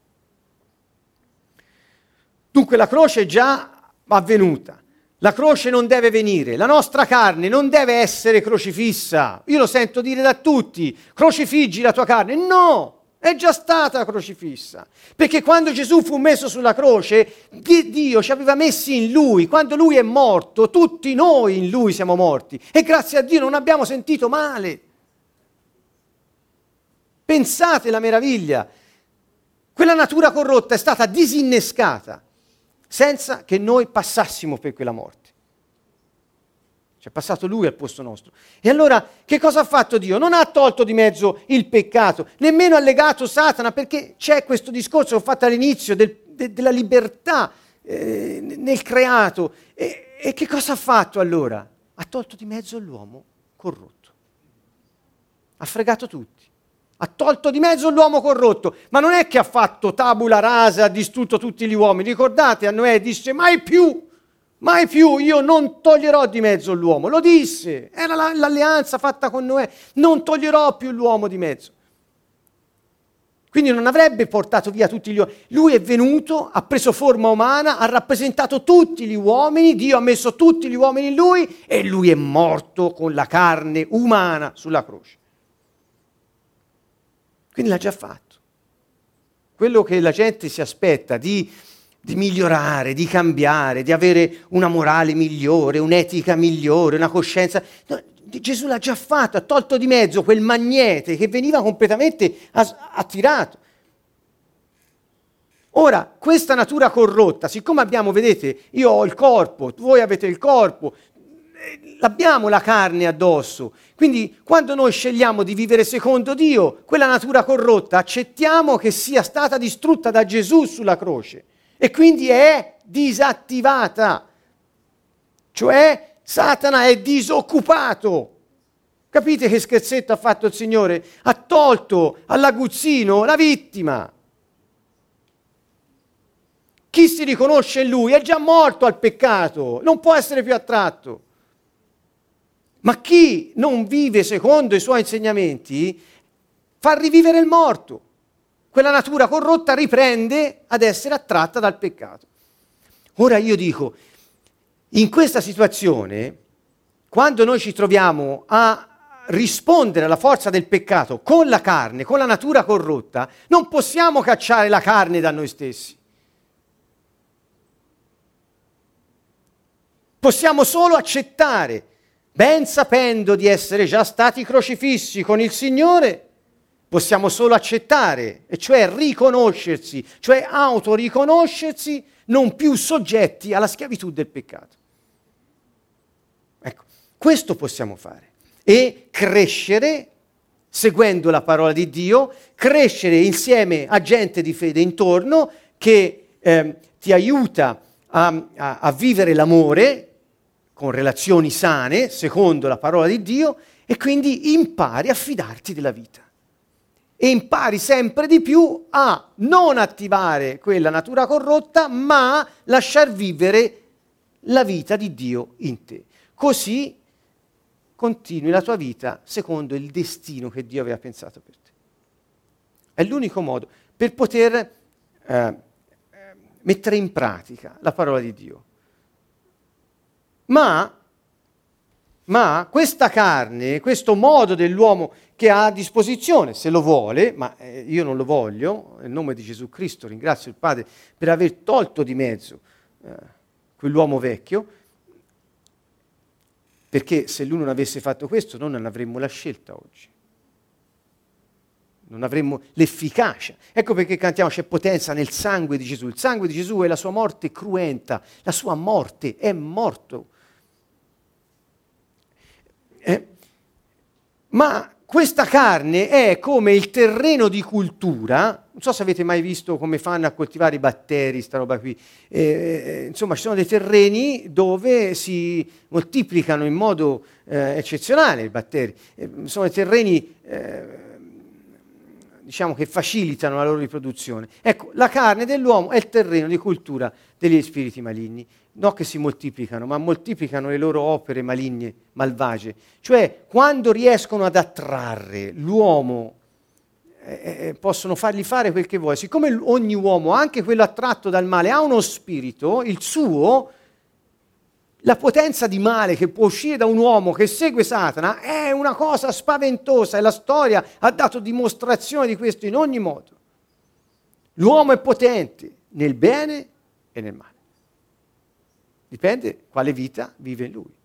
Dunque la croce è già avvenuta. La croce non deve venire, la nostra carne non deve essere crocifissa. Io lo sento dire da tutti, crocifiggi la tua carne. No, è già stata crocifissa. Perché quando Gesù fu messo sulla croce, Dio ci aveva messi in Lui. Quando Lui è morto, tutti noi in Lui siamo morti. E grazie a Dio non abbiamo sentito male. Pensate la meraviglia. Quella natura corrotta è stata disinnescata senza che noi passassimo per quella morte. Ci è passato Lui al posto nostro. E allora che cosa ha fatto Dio? Non ha tolto di mezzo il peccato, nemmeno ha legato Satana, perché c'è questo discorso che ho fatto all'inizio del, de, della libertà eh, nel creato. E, e che cosa ha fatto allora? Ha tolto di mezzo l'uomo corrotto. Ha fregato tutti. Ha tolto di mezzo l'uomo corrotto, ma non è che ha fatto tabula rasa, ha distrutto tutti gli uomini. Ricordate, a Noè disse, mai più, mai più, io non toglierò di mezzo l'uomo. Lo disse, era la, l'alleanza fatta con Noè, non toglierò più l'uomo di mezzo. Quindi non avrebbe portato via tutti gli uomini. Lui è venuto, ha preso forma umana, ha rappresentato tutti gli uomini, Dio ha messo tutti gli uomini in lui e lui è morto con la carne umana sulla croce. Quindi l'ha già fatto. Quello che la gente si aspetta di, di migliorare, di cambiare, di avere una morale migliore, un'etica migliore, una coscienza. No, Gesù l'ha già fatto, ha tolto di mezzo quel magnete che veniva completamente attirato. Ora, questa natura corrotta, siccome abbiamo, vedete, io ho il corpo, voi avete il corpo, abbiamo la carne addosso, quindi quando noi scegliamo di vivere secondo Dio, quella natura corrotta accettiamo che sia stata distrutta da Gesù sulla croce e quindi è disattivata, cioè Satana è disoccupato. Capite che scherzetto ha fatto il Signore? Ha tolto all'aguzzino la vittima. Chi si riconosce in Lui è già morto al peccato, non può essere più attratto. Ma chi non vive secondo i suoi insegnamenti fa rivivere il morto. Quella natura corrotta riprende ad essere attratta dal peccato. Ora io dico, in questa situazione, quando noi ci troviamo a rispondere alla forza del peccato con la carne, con la natura corrotta, non possiamo cacciare la carne da noi stessi. Possiamo solo accettare, ben sapendo di essere già stati crocifissi con il Signore, possiamo solo accettare, e cioè riconoscersi, cioè autoriconoscersi non più soggetti alla schiavitù del peccato. Ecco, questo possiamo fare. E crescere, seguendo la parola di Dio, crescere insieme a gente di fede intorno che eh, ti aiuta a, a, a vivere l'amore, con relazioni sane, secondo la parola di Dio, e quindi impari a fidarti della vita. E impari sempre di più a non attivare quella natura corrotta, ma lasciar vivere la vita di Dio in te. Così continui la tua vita secondo il destino che Dio aveva pensato per te. È l'unico modo per poter eh, mettere in pratica la parola di Dio. Ma, ma questa carne, questo modo dell'uomo che ha a disposizione, se lo vuole, ma eh, io non lo voglio, nel nome di Gesù Cristo ringrazio il Padre per aver tolto di mezzo eh, quell'uomo vecchio, perché se lui non avesse fatto questo noi non avremmo la scelta oggi. Non avremmo l'efficacia. Ecco perché cantiamo c'è potenza nel sangue di Gesù. Il sangue di Gesù è la sua morte cruenta, la sua morte, è morto. Eh, ma questa carne è come il terreno di cultura, non so se avete mai visto come fanno a coltivare i batteri, sta roba qui, eh, insomma ci sono dei terreni dove si moltiplicano in modo eh, eccezionale i batteri, eh, sono dei terreni eh, diciamo che facilitano la loro riproduzione. Ecco, la carne dell'uomo è il terreno di cultura degli spiriti maligni, non che si moltiplicano, ma moltiplicano le loro opere maligne, malvagie. Cioè, quando riescono ad attrarre l'uomo, eh, possono fargli fare quel che vuole. Siccome ogni uomo, anche quello attratto dal male, ha uno spirito, il suo, la potenza di male che può uscire da un uomo che segue Satana è una cosa spaventosa e la storia ha dato dimostrazione di questo in ogni modo. L'uomo è potente nel bene e nel male. Dipende quale vita vive in lui.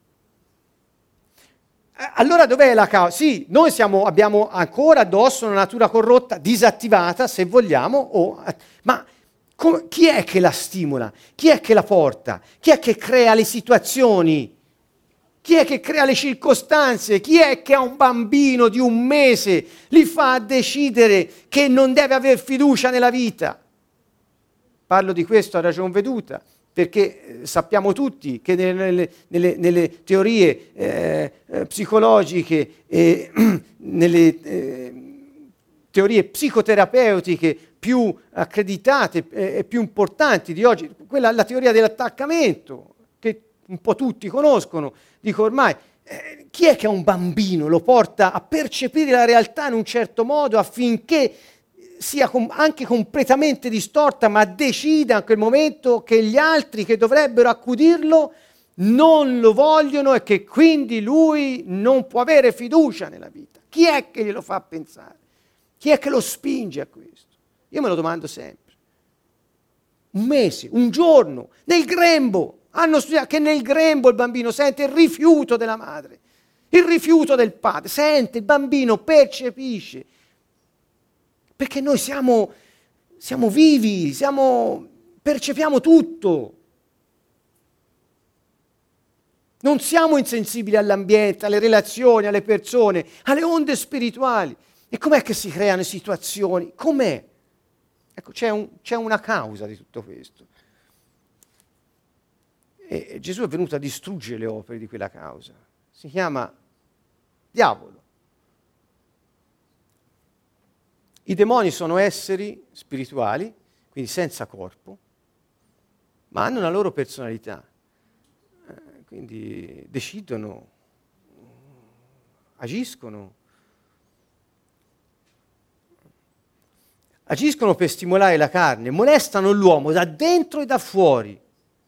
Allora dov'è la causa? Sì, noi siamo, abbiamo ancora addosso una natura corrotta, disattivata se vogliamo, o, ma come, chi è che la stimola? Chi è che la porta? Chi è che crea le situazioni? Chi è che crea le circostanze? Chi è che ha un bambino di un mese? Li fa decidere che non deve aver fiducia nella vita. Parlo di questo a ragion veduta, perché sappiamo tutti che nelle, nelle, nelle teorie eh, psicologiche e nelle eh, teorie psicoterapeutiche più accreditate e eh, più importanti di oggi, quella la teoria dell'attaccamento, che un po' tutti conoscono, dico ormai, eh, chi è che ha un bambino, lo porta a percepire la realtà in un certo modo affinché sia com- anche completamente distorta, ma decida in quel momento che gli altri che dovrebbero accudirlo non lo vogliono e che quindi lui non può avere fiducia nella vita. Chi è che glielo fa pensare? Chi è che lo spinge a questo? Io me lo domando sempre. Un mese, un giorno, nel grembo, hanno studiato che nel grembo il bambino sente il rifiuto della madre, il rifiuto del padre, sente, il bambino percepisce. Perché noi siamo, siamo vivi, siamo, percepiamo tutto. Non siamo insensibili all'ambiente, alle relazioni, alle persone, alle onde spirituali. E com'è che si creano situazioni? Com'è? Ecco, c'è, un, c'è una causa di tutto questo. E Gesù è venuto a distruggere le opere di quella causa. Si chiama diavolo. I demoni sono esseri spirituali, quindi senza corpo, ma hanno una loro personalità, eh, quindi decidono, agiscono. Agiscono per stimolare la carne, molestano l'uomo da dentro e da fuori.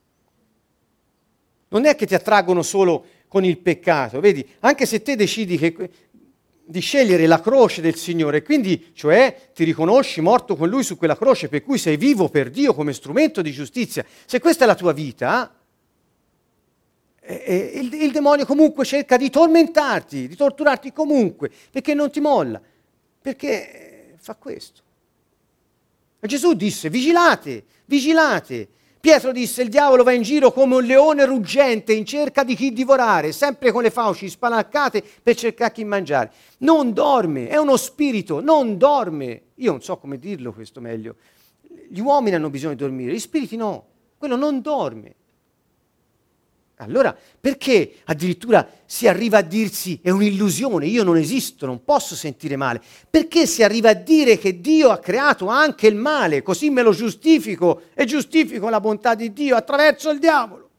Non è che ti attraggono solo con il peccato, vedi? Anche se te decidi che... di scegliere la croce del Signore, quindi, cioè, ti riconosci morto con Lui su quella croce, per cui sei vivo per Dio come strumento di giustizia. Se questa è la tua vita, eh, eh, il, il demonio comunque cerca di tormentarti, di torturarti comunque, perché non ti molla, perché eh, fa questo. E Gesù disse, vigilate, vigilate. Pietro disse, il diavolo va in giro come un leone ruggente in cerca di chi divorare, sempre con le fauci spalancate per cercare chi mangiare. Non dorme, è uno spirito, non dorme. Io non so come dirlo questo meglio. Gli uomini hanno bisogno di dormire, gli spiriti no, quello non dorme. Allora, perché addirittura si arriva a dirsi è un'illusione, io non esisto, non posso sentire male? Perché si arriva a dire che Dio ha creato anche il male, così me lo giustifico e giustifico la bontà di Dio attraverso il diavolo?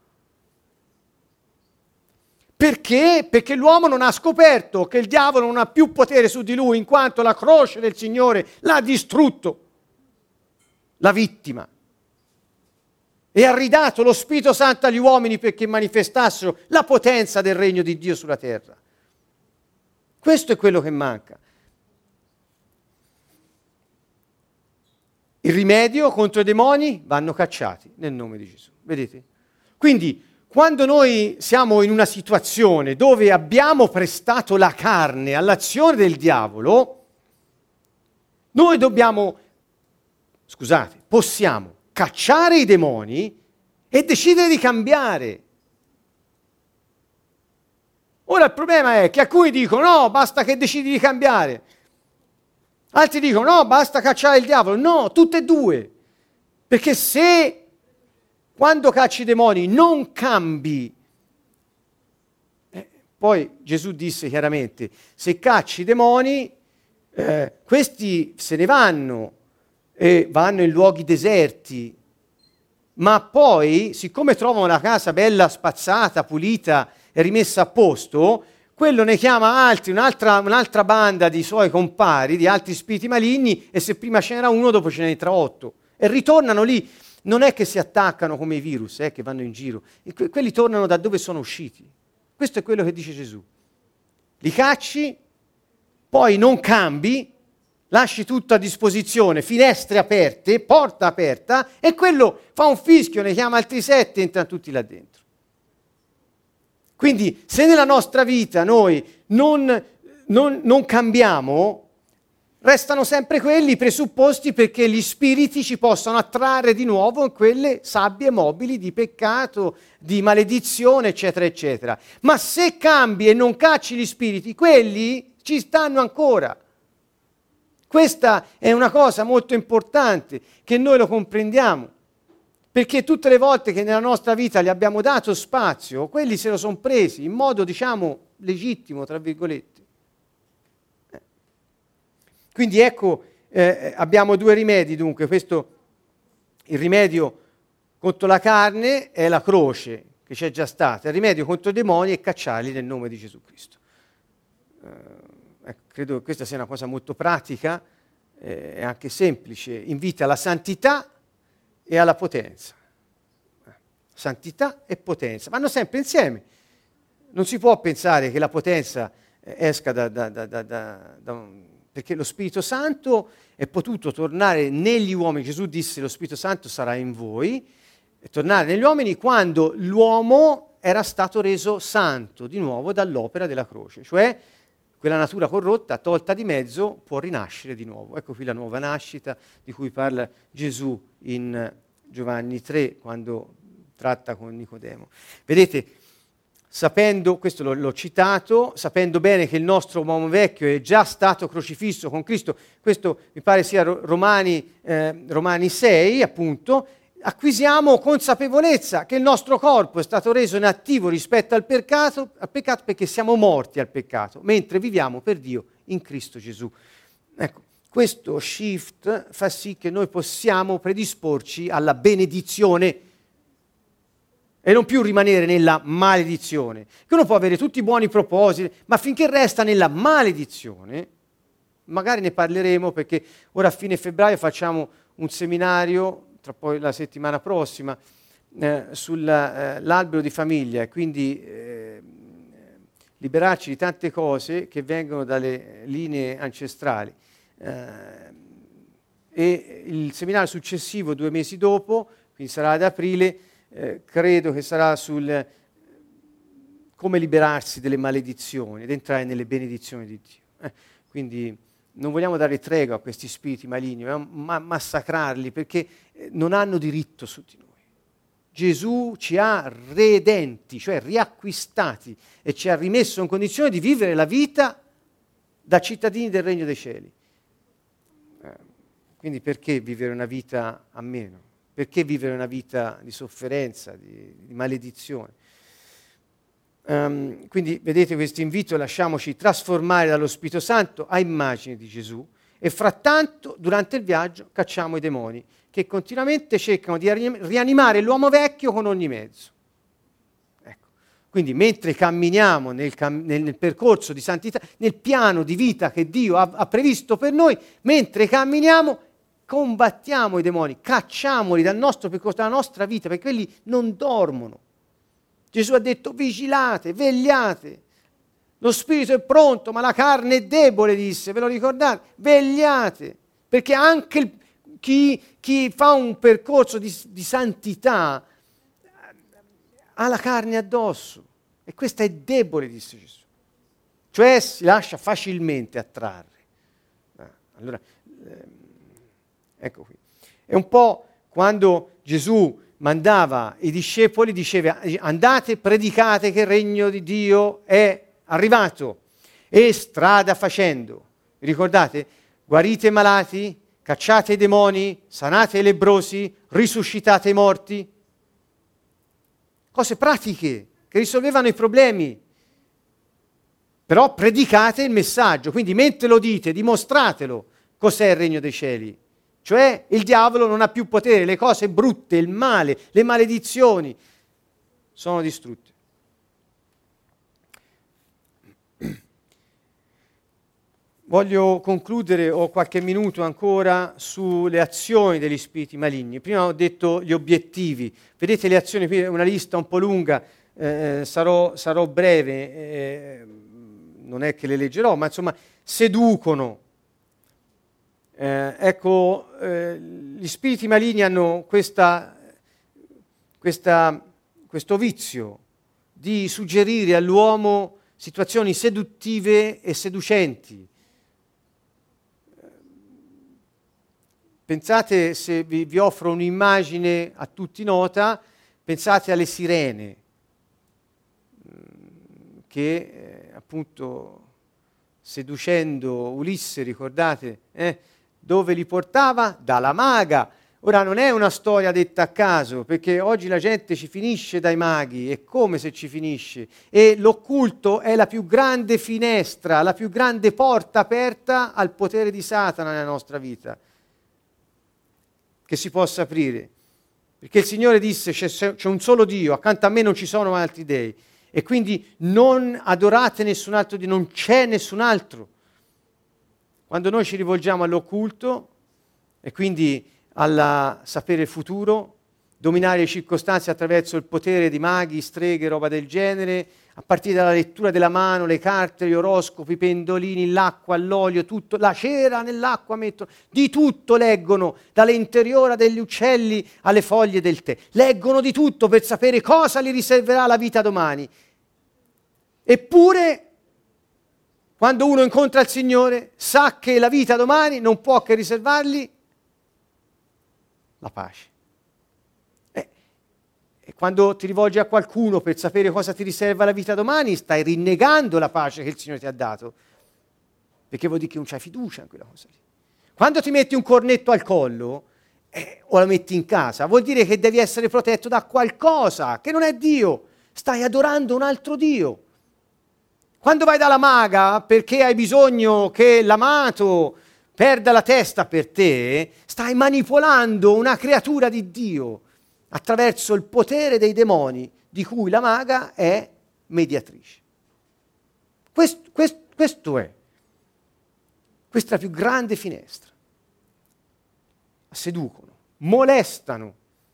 Perché? Perché l'uomo non ha scoperto che il diavolo non ha più potere su di lui, in quanto la croce del Signore l'ha distrutto, la vittima. E ha ridato lo Spirito Santo agli uomini perché manifestassero la potenza del regno di Dio sulla terra. Questo è quello che manca. Il rimedio contro i demoni vanno cacciati nel nome di Gesù. Vedete? Quindi, quando noi siamo in una situazione dove abbiamo prestato la carne all'azione del diavolo, noi dobbiamo, scusate, possiamo cacciare i demoni e decidere di cambiare. Ora il problema è che alcuni dicono no, basta che decidi di cambiare. Altri dicono no, basta cacciare il diavolo. No, tutte e due. Perché se quando cacci i demoni non cambi, eh, poi Gesù disse chiaramente, se cacci i demoni, eh, questi se ne vanno e vanno in luoghi deserti, ma poi, siccome trovano la casa bella spazzata, pulita e rimessa a posto, quello ne chiama altri, un'altra, un'altra banda di suoi compari, di altri spiriti maligni, e se prima ce n'era uno, dopo ce ne entra otto. E ritornano lì. Non è che si attaccano come i virus, eh, che vanno in giro. E que- quelli tornano da dove sono usciti. Questo è quello che dice Gesù. Li cacci, poi non cambi, lasci tutto a disposizione, finestre aperte, porta aperta, e quello fa un fischio, ne chiama altri sette e entrano tutti là dentro. Quindi se nella nostra vita noi non, non, non cambiamo, restano sempre quelli presupposti perché gli spiriti ci possano attrarre di nuovo in quelle sabbie mobili di peccato, di maledizione, eccetera, eccetera. Ma se cambi e non cacci gli spiriti, quelli ci stanno ancora. Questa è una cosa molto importante, che noi lo comprendiamo, perché tutte le volte che nella nostra vita gli abbiamo dato spazio, quelli se lo sono presi in modo, diciamo, legittimo, tra virgolette. Eh. Quindi ecco, eh, abbiamo due rimedi, dunque, questo, il rimedio contro la carne è la croce, che c'è già stata, il rimedio contro i demoni è cacciarli nel nome di Gesù Cristo. Eh, Ecco, credo che questa sia una cosa molto pratica e eh, anche semplice, invita alla santità e alla potenza. Santità e potenza vanno sempre insieme. Non si può pensare che la potenza eh, esca da, da, da, da, da, da un... perché lo Spirito Santo è potuto tornare negli uomini. Gesù disse lo Spirito Santo sarà in voi, e tornare negli uomini quando l'uomo era stato reso santo di nuovo dall'opera della croce, cioè quella natura corrotta, tolta di mezzo, può rinascere di nuovo. Ecco qui la nuova nascita di cui parla Gesù in Giovanni tre, quando tratta con Nicodemo. Vedete, sapendo, questo l'ho, l'ho citato, sapendo bene che il nostro uomo vecchio è già stato crocifisso con Cristo, questo mi pare sia Romani, eh, Romani sei, appunto, acquisiamo consapevolezza che il nostro corpo è stato reso inattivo rispetto al peccato, al peccato perché siamo morti al peccato, mentre viviamo per Dio in Cristo Gesù. Ecco, questo shift fa sì che noi possiamo predisporci alla benedizione e non più rimanere nella maledizione. Che uno può avere tutti i buoni propositi, ma finché resta nella maledizione, magari ne parleremo perché ora a fine febbraio facciamo un seminario, tra poi la settimana prossima, eh, sull'albero eh, di famiglia, quindi eh, liberarci di tante cose che vengono dalle linee ancestrali. Eh, e il seminario successivo, due mesi dopo, quindi sarà ad aprile, eh, credo che sarà sul come liberarsi delle maledizioni ed entrare nelle benedizioni di Dio. Eh, quindi non vogliamo dare tregua a questi spiriti maligni, ma massacrarli perché non hanno diritto su di noi. Gesù ci ha redenti, cioè riacquistati, e ci ha rimesso in condizione di vivere la vita da cittadini del Regno dei Cieli. Eh, quindi perché vivere una vita a meno? Perché vivere una vita di sofferenza, di, di maledizione? Um, quindi vedete questo invito, lasciamoci trasformare dallo Spirito Santo a immagine di Gesù e frattanto durante il viaggio cacciamo i demoni che continuamente cercano di rianimare l'uomo vecchio con ogni mezzo. Ecco. Quindi mentre camminiamo nel, cam- nel percorso di santità, nel piano di vita che Dio ha, ha previsto per noi, mentre camminiamo combattiamo i demoni, cacciamoli dal nostro percorso, dalla nostra vita, perché quelli non dormono. Gesù ha detto vigilate, vegliate, lo spirito è pronto ma la carne è debole, disse, ve lo ricordate? Vegliate, perché anche il, chi, chi fa un percorso di, di santità ha la carne addosso e questa è debole, disse Gesù, cioè si lascia facilmente attrarre. Allora, ecco qui, è un po' quando Gesù mandava i discepoli, diceva andate, predicate che il regno di Dio è arrivato e strada facendo. Vi ricordate? Guarite i malati, cacciate i demoni, sanate i lebbrosi, risuscitate i morti. Cose pratiche che risolvevano i problemi. Però predicate il messaggio, quindi mentre lo dite, dimostratelo cos'è il regno dei cieli. Cioè il diavolo non ha più potere, le cose brutte, il male, le maledizioni sono distrutte. Voglio concludere, ho qualche minuto ancora, sulle azioni degli spiriti maligni. Prima ho detto gli obiettivi. Vedete le azioni, qui è una lista un po' lunga, eh, sarò, sarò breve, eh, non è che le leggerò, ma insomma seducono. Eh, ecco, eh, gli spiriti maligni hanno questa, questa, questo vizio di suggerire all'uomo situazioni seduttive e seducenti. Pensate, se vi, vi offro un'immagine a tutti nota, pensate alle sirene, che eh, appunto seducendo Ulisse, ricordate, eh, dove li portava? Dalla maga. Ora non è una storia detta a caso, perché oggi la gente ci finisce dai maghi, è come se ci finisce. E l'occulto è la più grande finestra, la più grande porta aperta al potere di Satana nella nostra vita, che si possa aprire. Perché il Signore disse, c'è, c'è un solo Dio, accanto a me non ci sono altri dei. E quindi non adorate nessun altro Dio, non c'è nessun altro. Quando noi ci rivolgiamo all'occulto e quindi al sapere il futuro, dominare le circostanze attraverso il potere di maghi, streghe, roba del genere, a partire dalla lettura della mano, le carte, gli oroscopi, i pendolini, l'acqua, l'olio, tutto, la cera nell'acqua mettono, di tutto leggono, dalle interiora degli uccelli alle foglie del tè. Leggono di tutto per sapere cosa gli riserverà la vita domani. Eppure, quando uno incontra il Signore, sa che la vita domani non può che riservargli la pace. Eh, e quando ti rivolgi a qualcuno per sapere cosa ti riserva la vita domani, stai rinnegando la pace che il Signore ti ha dato, perché vuol dire che non c'hai fiducia in quella cosa lì. Quando ti metti un cornetto al collo, eh, o la metti in casa, vuol dire che devi essere protetto da qualcosa che non è Dio. Stai adorando un altro Dio. Quando vai dalla maga perché hai bisogno che l'amato perda la testa per te, stai manipolando una creatura di Dio attraverso il potere dei demoni di cui la maga è mediatrice. Questo, questo, questo è. Questa è la più grande finestra. Seducono, molestano,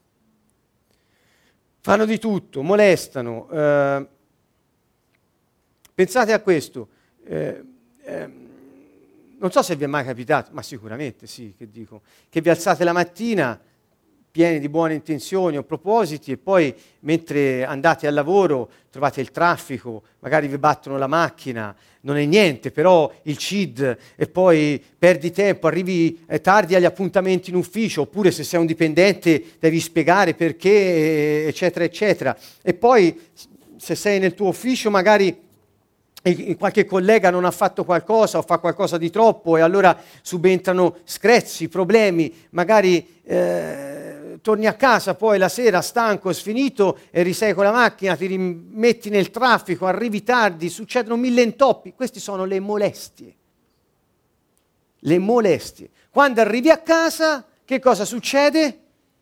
fanno di tutto, molestano. Eh, Pensate a questo, eh, eh, non so se vi è mai capitato, ma sicuramente sì, che dico, che vi alzate la mattina pieni di buone intenzioni o propositi e poi mentre andate al lavoro trovate il traffico, magari vi battono la macchina, non è niente, però il C I D e poi perdi tempo, arrivi eh, tardi agli appuntamenti in ufficio, oppure se sei un dipendente devi spiegare perché, eccetera, eccetera. E poi se sei nel tuo ufficio magari qualche collega non ha fatto qualcosa o fa qualcosa di troppo e allora subentrano screzi, problemi, magari eh, torni a casa poi la sera stanco, sfinito e risei con la macchina, ti rimetti nel traffico, arrivi tardi, succedono mille intoppi. Queste sono le molestie. Le molestie. Quando arrivi a casa, che cosa succede?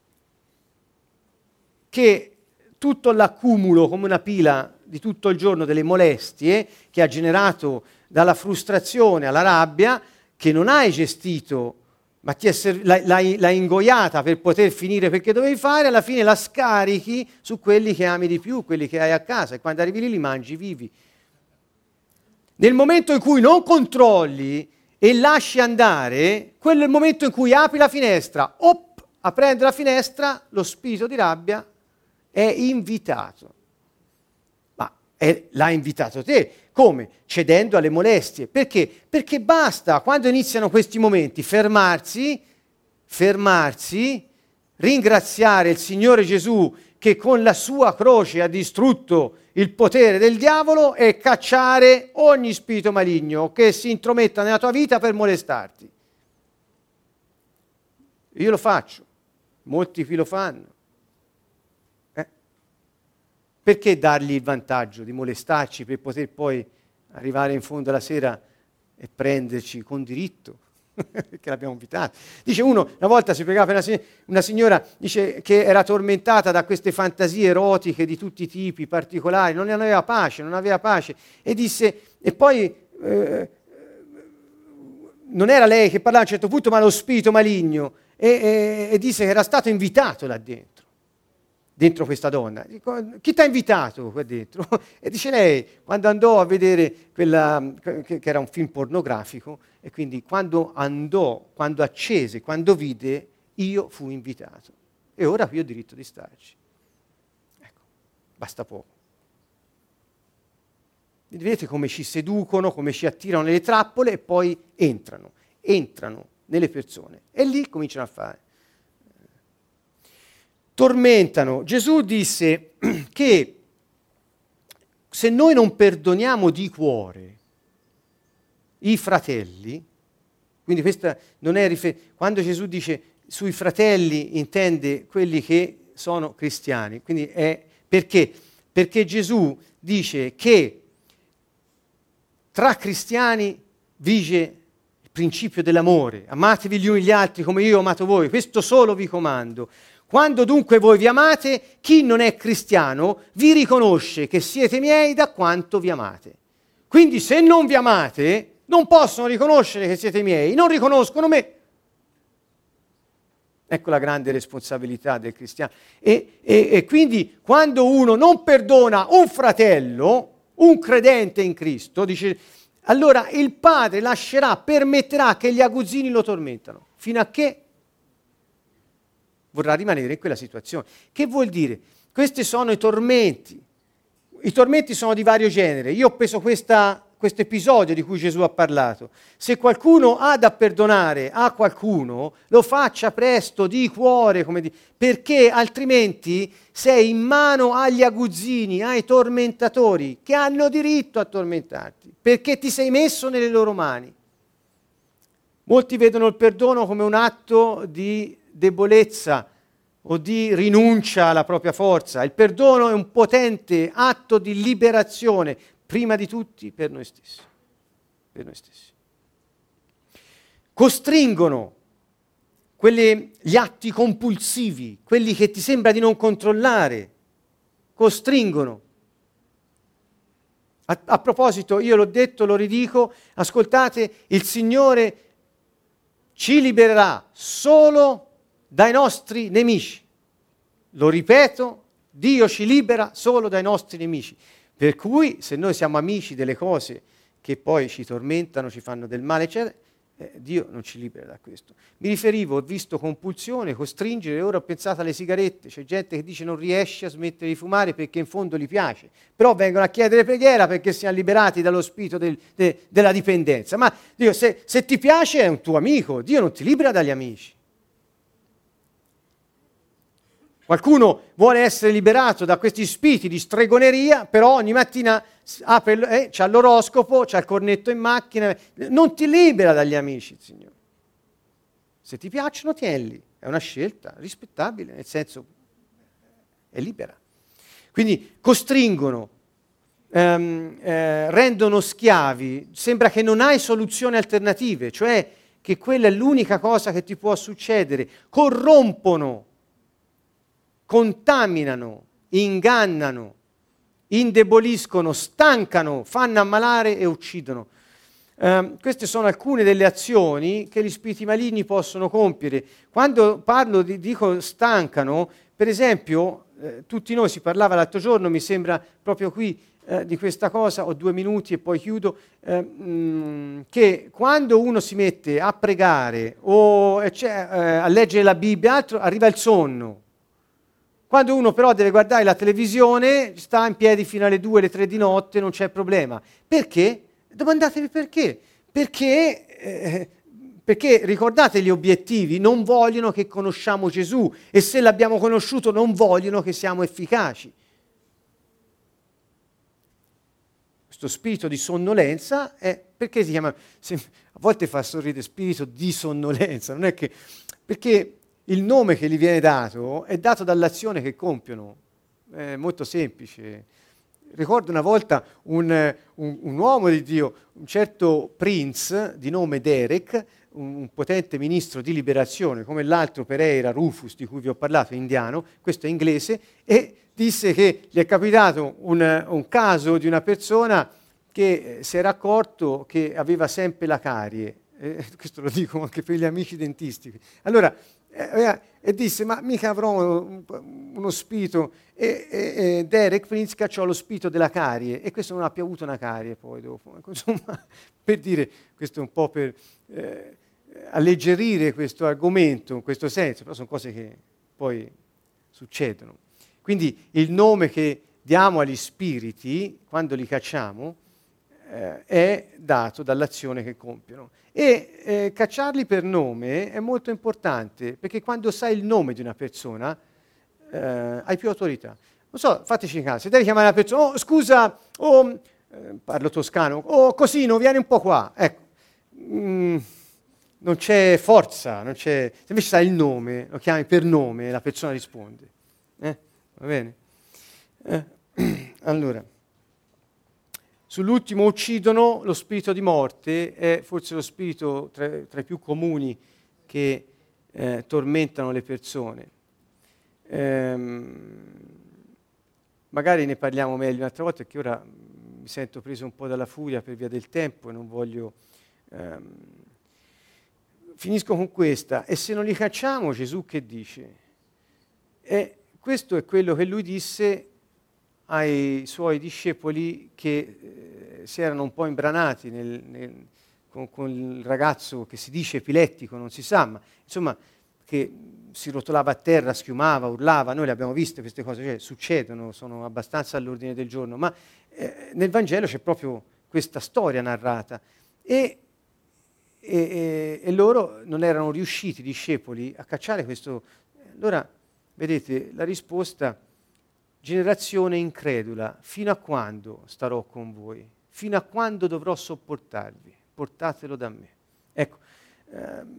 Che tutto l'accumulo come una pila di tutto il giorno delle molestie che ha generato dalla frustrazione alla rabbia, che non hai gestito, ma ti è serv- l'hai, l'hai, l'hai ingoiata per poter finire perché dovevi fare, alla fine la scarichi su quelli che ami di più, quelli che hai a casa, e quando arrivi lì li mangi vivi. Nel momento in cui non controlli e lasci andare, quello è il momento in cui apri la finestra, op, aprendo la finestra, lo spirito di rabbia è invitato. Ma è, l'ha invitato te. Come? Cedendo alle molestie. Perché? Perché basta, quando iniziano questi momenti, fermarsi, fermarsi, ringraziare il Signore Gesù che con la sua croce ha distrutto il potere del diavolo e cacciare ogni spirito maligno che si intrometta nella tua vita per molestarti. Io lo faccio, molti qui lo fanno. Eh? Perché dargli il vantaggio di molestarci per poter poi arrivare in fondo alla sera e prenderci con diritto? Perché l'abbiamo invitato. Dice uno, una volta si pregava per una, una signora, dice che era tormentata da queste fantasie erotiche di tutti i tipi, particolari, non ne aveva pace, non aveva pace, e disse, e poi eh, non era lei che parlava a un certo punto, ma lo spirito maligno, e, e, e disse che era stato invitato là dentro, dentro questa donna. Dico, chi ti ha invitato qua dentro? E dice lei, quando andò a vedere quella, che, che era un film pornografico, e quindi quando andò, quando accese, quando vide, io fui invitato. E ora qui ho diritto di starci. Ecco, basta poco. Vedete come ci seducono, come ci attirano nelle trappole e poi entrano, entrano nelle persone. E lì cominciano a fare. Tormentano. Gesù disse che se noi non perdoniamo di cuore i fratelli, quindi questa non è rifer- quando Gesù dice sui fratelli intende quelli che sono cristiani, quindi è perché? Perché Gesù dice che tra cristiani vige il principio dell'amore, amatevi gli uni gli altri come io ho amato voi, questo solo vi comando. Quando dunque voi vi amate, chi non è cristiano vi riconosce che siete miei da quanto vi amate. Quindi se non vi amate, non possono riconoscere che siete miei, non riconoscono me. Ecco la grande responsabilità del cristiano. E, e, e quindi quando uno non perdona un fratello, un credente in Cristo, dice, allora il Padre lascerà, permetterà che gli aguzzini lo tormentano, fino a che vorrà rimanere in quella situazione. Che vuol dire? Questi sono i tormenti. I tormenti sono di vario genere. Io ho preso questa, questo episodio di cui Gesù ha parlato. Se qualcuno ha da perdonare a qualcuno, lo faccia presto, di cuore, come di, perché altrimenti sei in mano agli aguzzini, ai tormentatori, che hanno diritto a tormentarti, perché ti sei messo nelle loro mani. Molti vedono il perdono come un atto di debolezza o di rinuncia alla propria forza. Il perdono è un potente atto di liberazione, prima di tutti per noi stessi. Per noi stessi. Costringono quelli, gli atti compulsivi, quelli che ti sembra di non controllare, costringono. A, a proposito, io l'ho detto, lo ridico, ascoltate, il Signore ci libererà solo dai nostri nemici. Lo ripeto, Dio ci libera solo dai nostri nemici. Per cui, se noi siamo amici delle cose che poi ci tormentano, ci fanno del male, eccetera, eh, Dio non ci libera da questo. Mi riferivo, ho visto compulsione, costringere, ora ho pensato alle sigarette. C'è gente che dice non riesce a smettere di fumare perché in fondo gli piace, però vengono a chiedere preghiera perché siano liberati dallo spirito del, de, della dipendenza. Ma Dio, se, se ti piace è un tuo amico, Dio non ti libera dagli amici. Qualcuno vuole essere liberato da questi spiriti di stregoneria, però ogni mattina apre, eh, c'ha l'oroscopo, c'ha il cornetto in macchina, non ti libera dagli amici il Signore. Se ti piacciono, tienli, è una scelta rispettabile, nel senso è libera. Quindi costringono, ehm, eh, rendono schiavi, sembra che non hai soluzioni alternative, cioè che quella è l'unica cosa che ti può succedere, corrompono, contaminano, ingannano, indeboliscono, stancano, fanno ammalare e uccidono. Uh, queste sono alcune delle azioni che gli spiriti maligni possono compiere. Quando parlo di, dico stancano, per esempio, eh, tutti noi, si parlava l'altro giorno, mi sembra proprio qui eh, di questa cosa, ho due minuti e poi chiudo, eh, mh, che quando uno si mette a pregare o cioè, eh, a leggere la Bibbia, altro, arriva il sonno. Quando uno però deve guardare la televisione, sta in piedi fino alle due, alle tre di notte, non c'è problema. Perché? Domandatevi perché. Perché, eh, perché ricordate gli obiettivi, non vogliono che conosciamo Gesù e se l'abbiamo conosciuto non vogliono che siamo efficaci. Questo spirito di sonnolenza è, perché si chiama, se, a volte fa sorridere spirito di sonnolenza, non è che, perché il nome che gli viene dato è dato dall'azione che compiono, è molto semplice. Ricordo una volta un, un, un uomo di Dio, un certo Prince di nome Derek, un, un potente ministro di liberazione, come l'altro Pereira Rufus di cui vi ho parlato, indiano, questo è inglese, e disse che gli è capitato un, un caso di una persona che si era accorto che aveva sempre la carie. Eh, questo lo dico anche per gli amici dentisti. Allora, eh, e disse, ma mica avrò uno, uno spirito, e, e, e Derek Prince cacciò lo spirito della carie, e questo non ha più avuto una carie poi dopo. Insomma, per dire, questo è un po' per eh, alleggerire questo argomento in questo senso, però sono cose che poi succedono. Quindi il nome che diamo agli spiriti, quando li cacciamo, eh, è dato dall'azione che compiono. E eh, cacciarli per nome è molto importante, perché quando sai il nome di una persona eh, hai più autorità. Non so, fateci caso, se devi chiamare una persona, oh scusa, oh, eh, parlo toscano, oh Cosino, vieni un po' qua, ecco, mm, non c'è forza, non c'è, se invece sai il nome, lo chiami per nome, la persona risponde. Eh? Va bene? Eh? Allora, sull'ultimo uccidono, lo spirito di morte è forse lo spirito tra, tra i più comuni che eh, tormentano le persone. Ehm, magari ne parliamo meglio un'altra volta, perché ora mi sento preso un po' dalla furia per via del tempo e non voglio... Ehm, finisco con questa. E se non li cacciamo, Gesù che dice? E questo è quello che lui disse ai suoi discepoli che eh, si erano un po' imbranati nel, nel, con, con il ragazzo che si dice epilettico, non si sa, ma insomma che si rotolava a terra, schiumava, urlava. Noi le abbiamo viste queste cose, cioè succedono, sono abbastanza all'ordine del giorno, ma eh, nel Vangelo c'è proprio questa storia narrata e, e, e, e loro non erano riusciti, i discepoli, a cacciare questo. Allora, vedete, la risposta: generazione incredula, fino a quando starò con voi? Fino a quando dovrò sopportarvi? Portatelo da me. Ecco, ehm,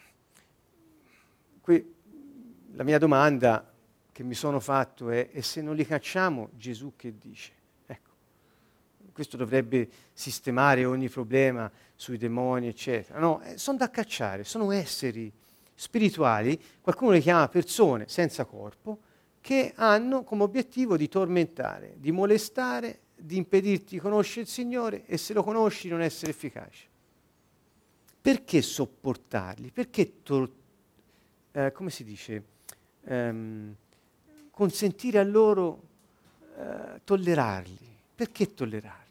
qui la mia domanda che mi sono fatto è: e se non li cacciamo, Gesù che dice? Ecco, questo dovrebbe sistemare ogni problema sui demoni, eccetera. No, eh, sono da cacciare, sono esseri spirituali, qualcuno li chiama persone senza corpo, che hanno come obiettivo di tormentare, di molestare, di impedirti di conoscere il Signore e se lo conosci non essere efficace. Perché sopportarli? Perché, to- eh, come si dice, ehm, consentire a loro eh, tollerarli? Perché tollerarli?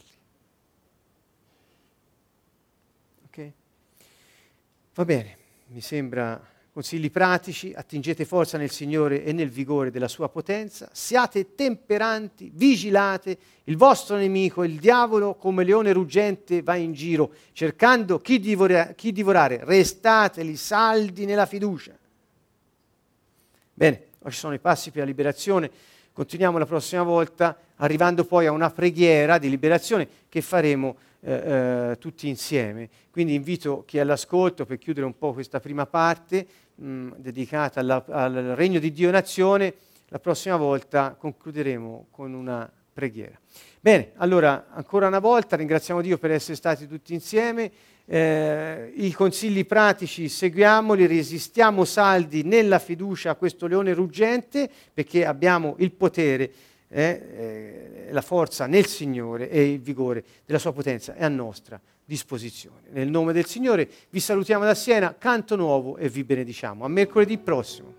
Ok? Va bene, mi sembra... Consigli pratici: attingete forza nel Signore e nel vigore della sua potenza, siate temperanti, vigilate, il vostro nemico, il diavolo, come leone ruggente va in giro, cercando chi, divora, chi divorare, restateli saldi nella fiducia. Bene, oggi sono i passi per la liberazione, continuiamo la prossima volta, arrivando poi a una preghiera di liberazione che faremo eh, eh, tutti insieme. Quindi invito chi è all'ascolto, per chiudere un po' questa prima parte mh, dedicata alla, al Regno di Dio in azione, la prossima volta concluderemo con una preghiera. Bene, allora ancora una volta ringraziamo Dio per essere stati tutti insieme. Eh, I consigli pratici seguiamoli, resistiamo saldi nella fiducia a questo leone ruggente, perché abbiamo il potere, eh, eh, la forza nel Signore e il vigore della sua potenza è a nostra disposizione. Nel nome del Signore vi salutiamo da Siena, canto nuovo e vi benediciamo. A mercoledì prossimo.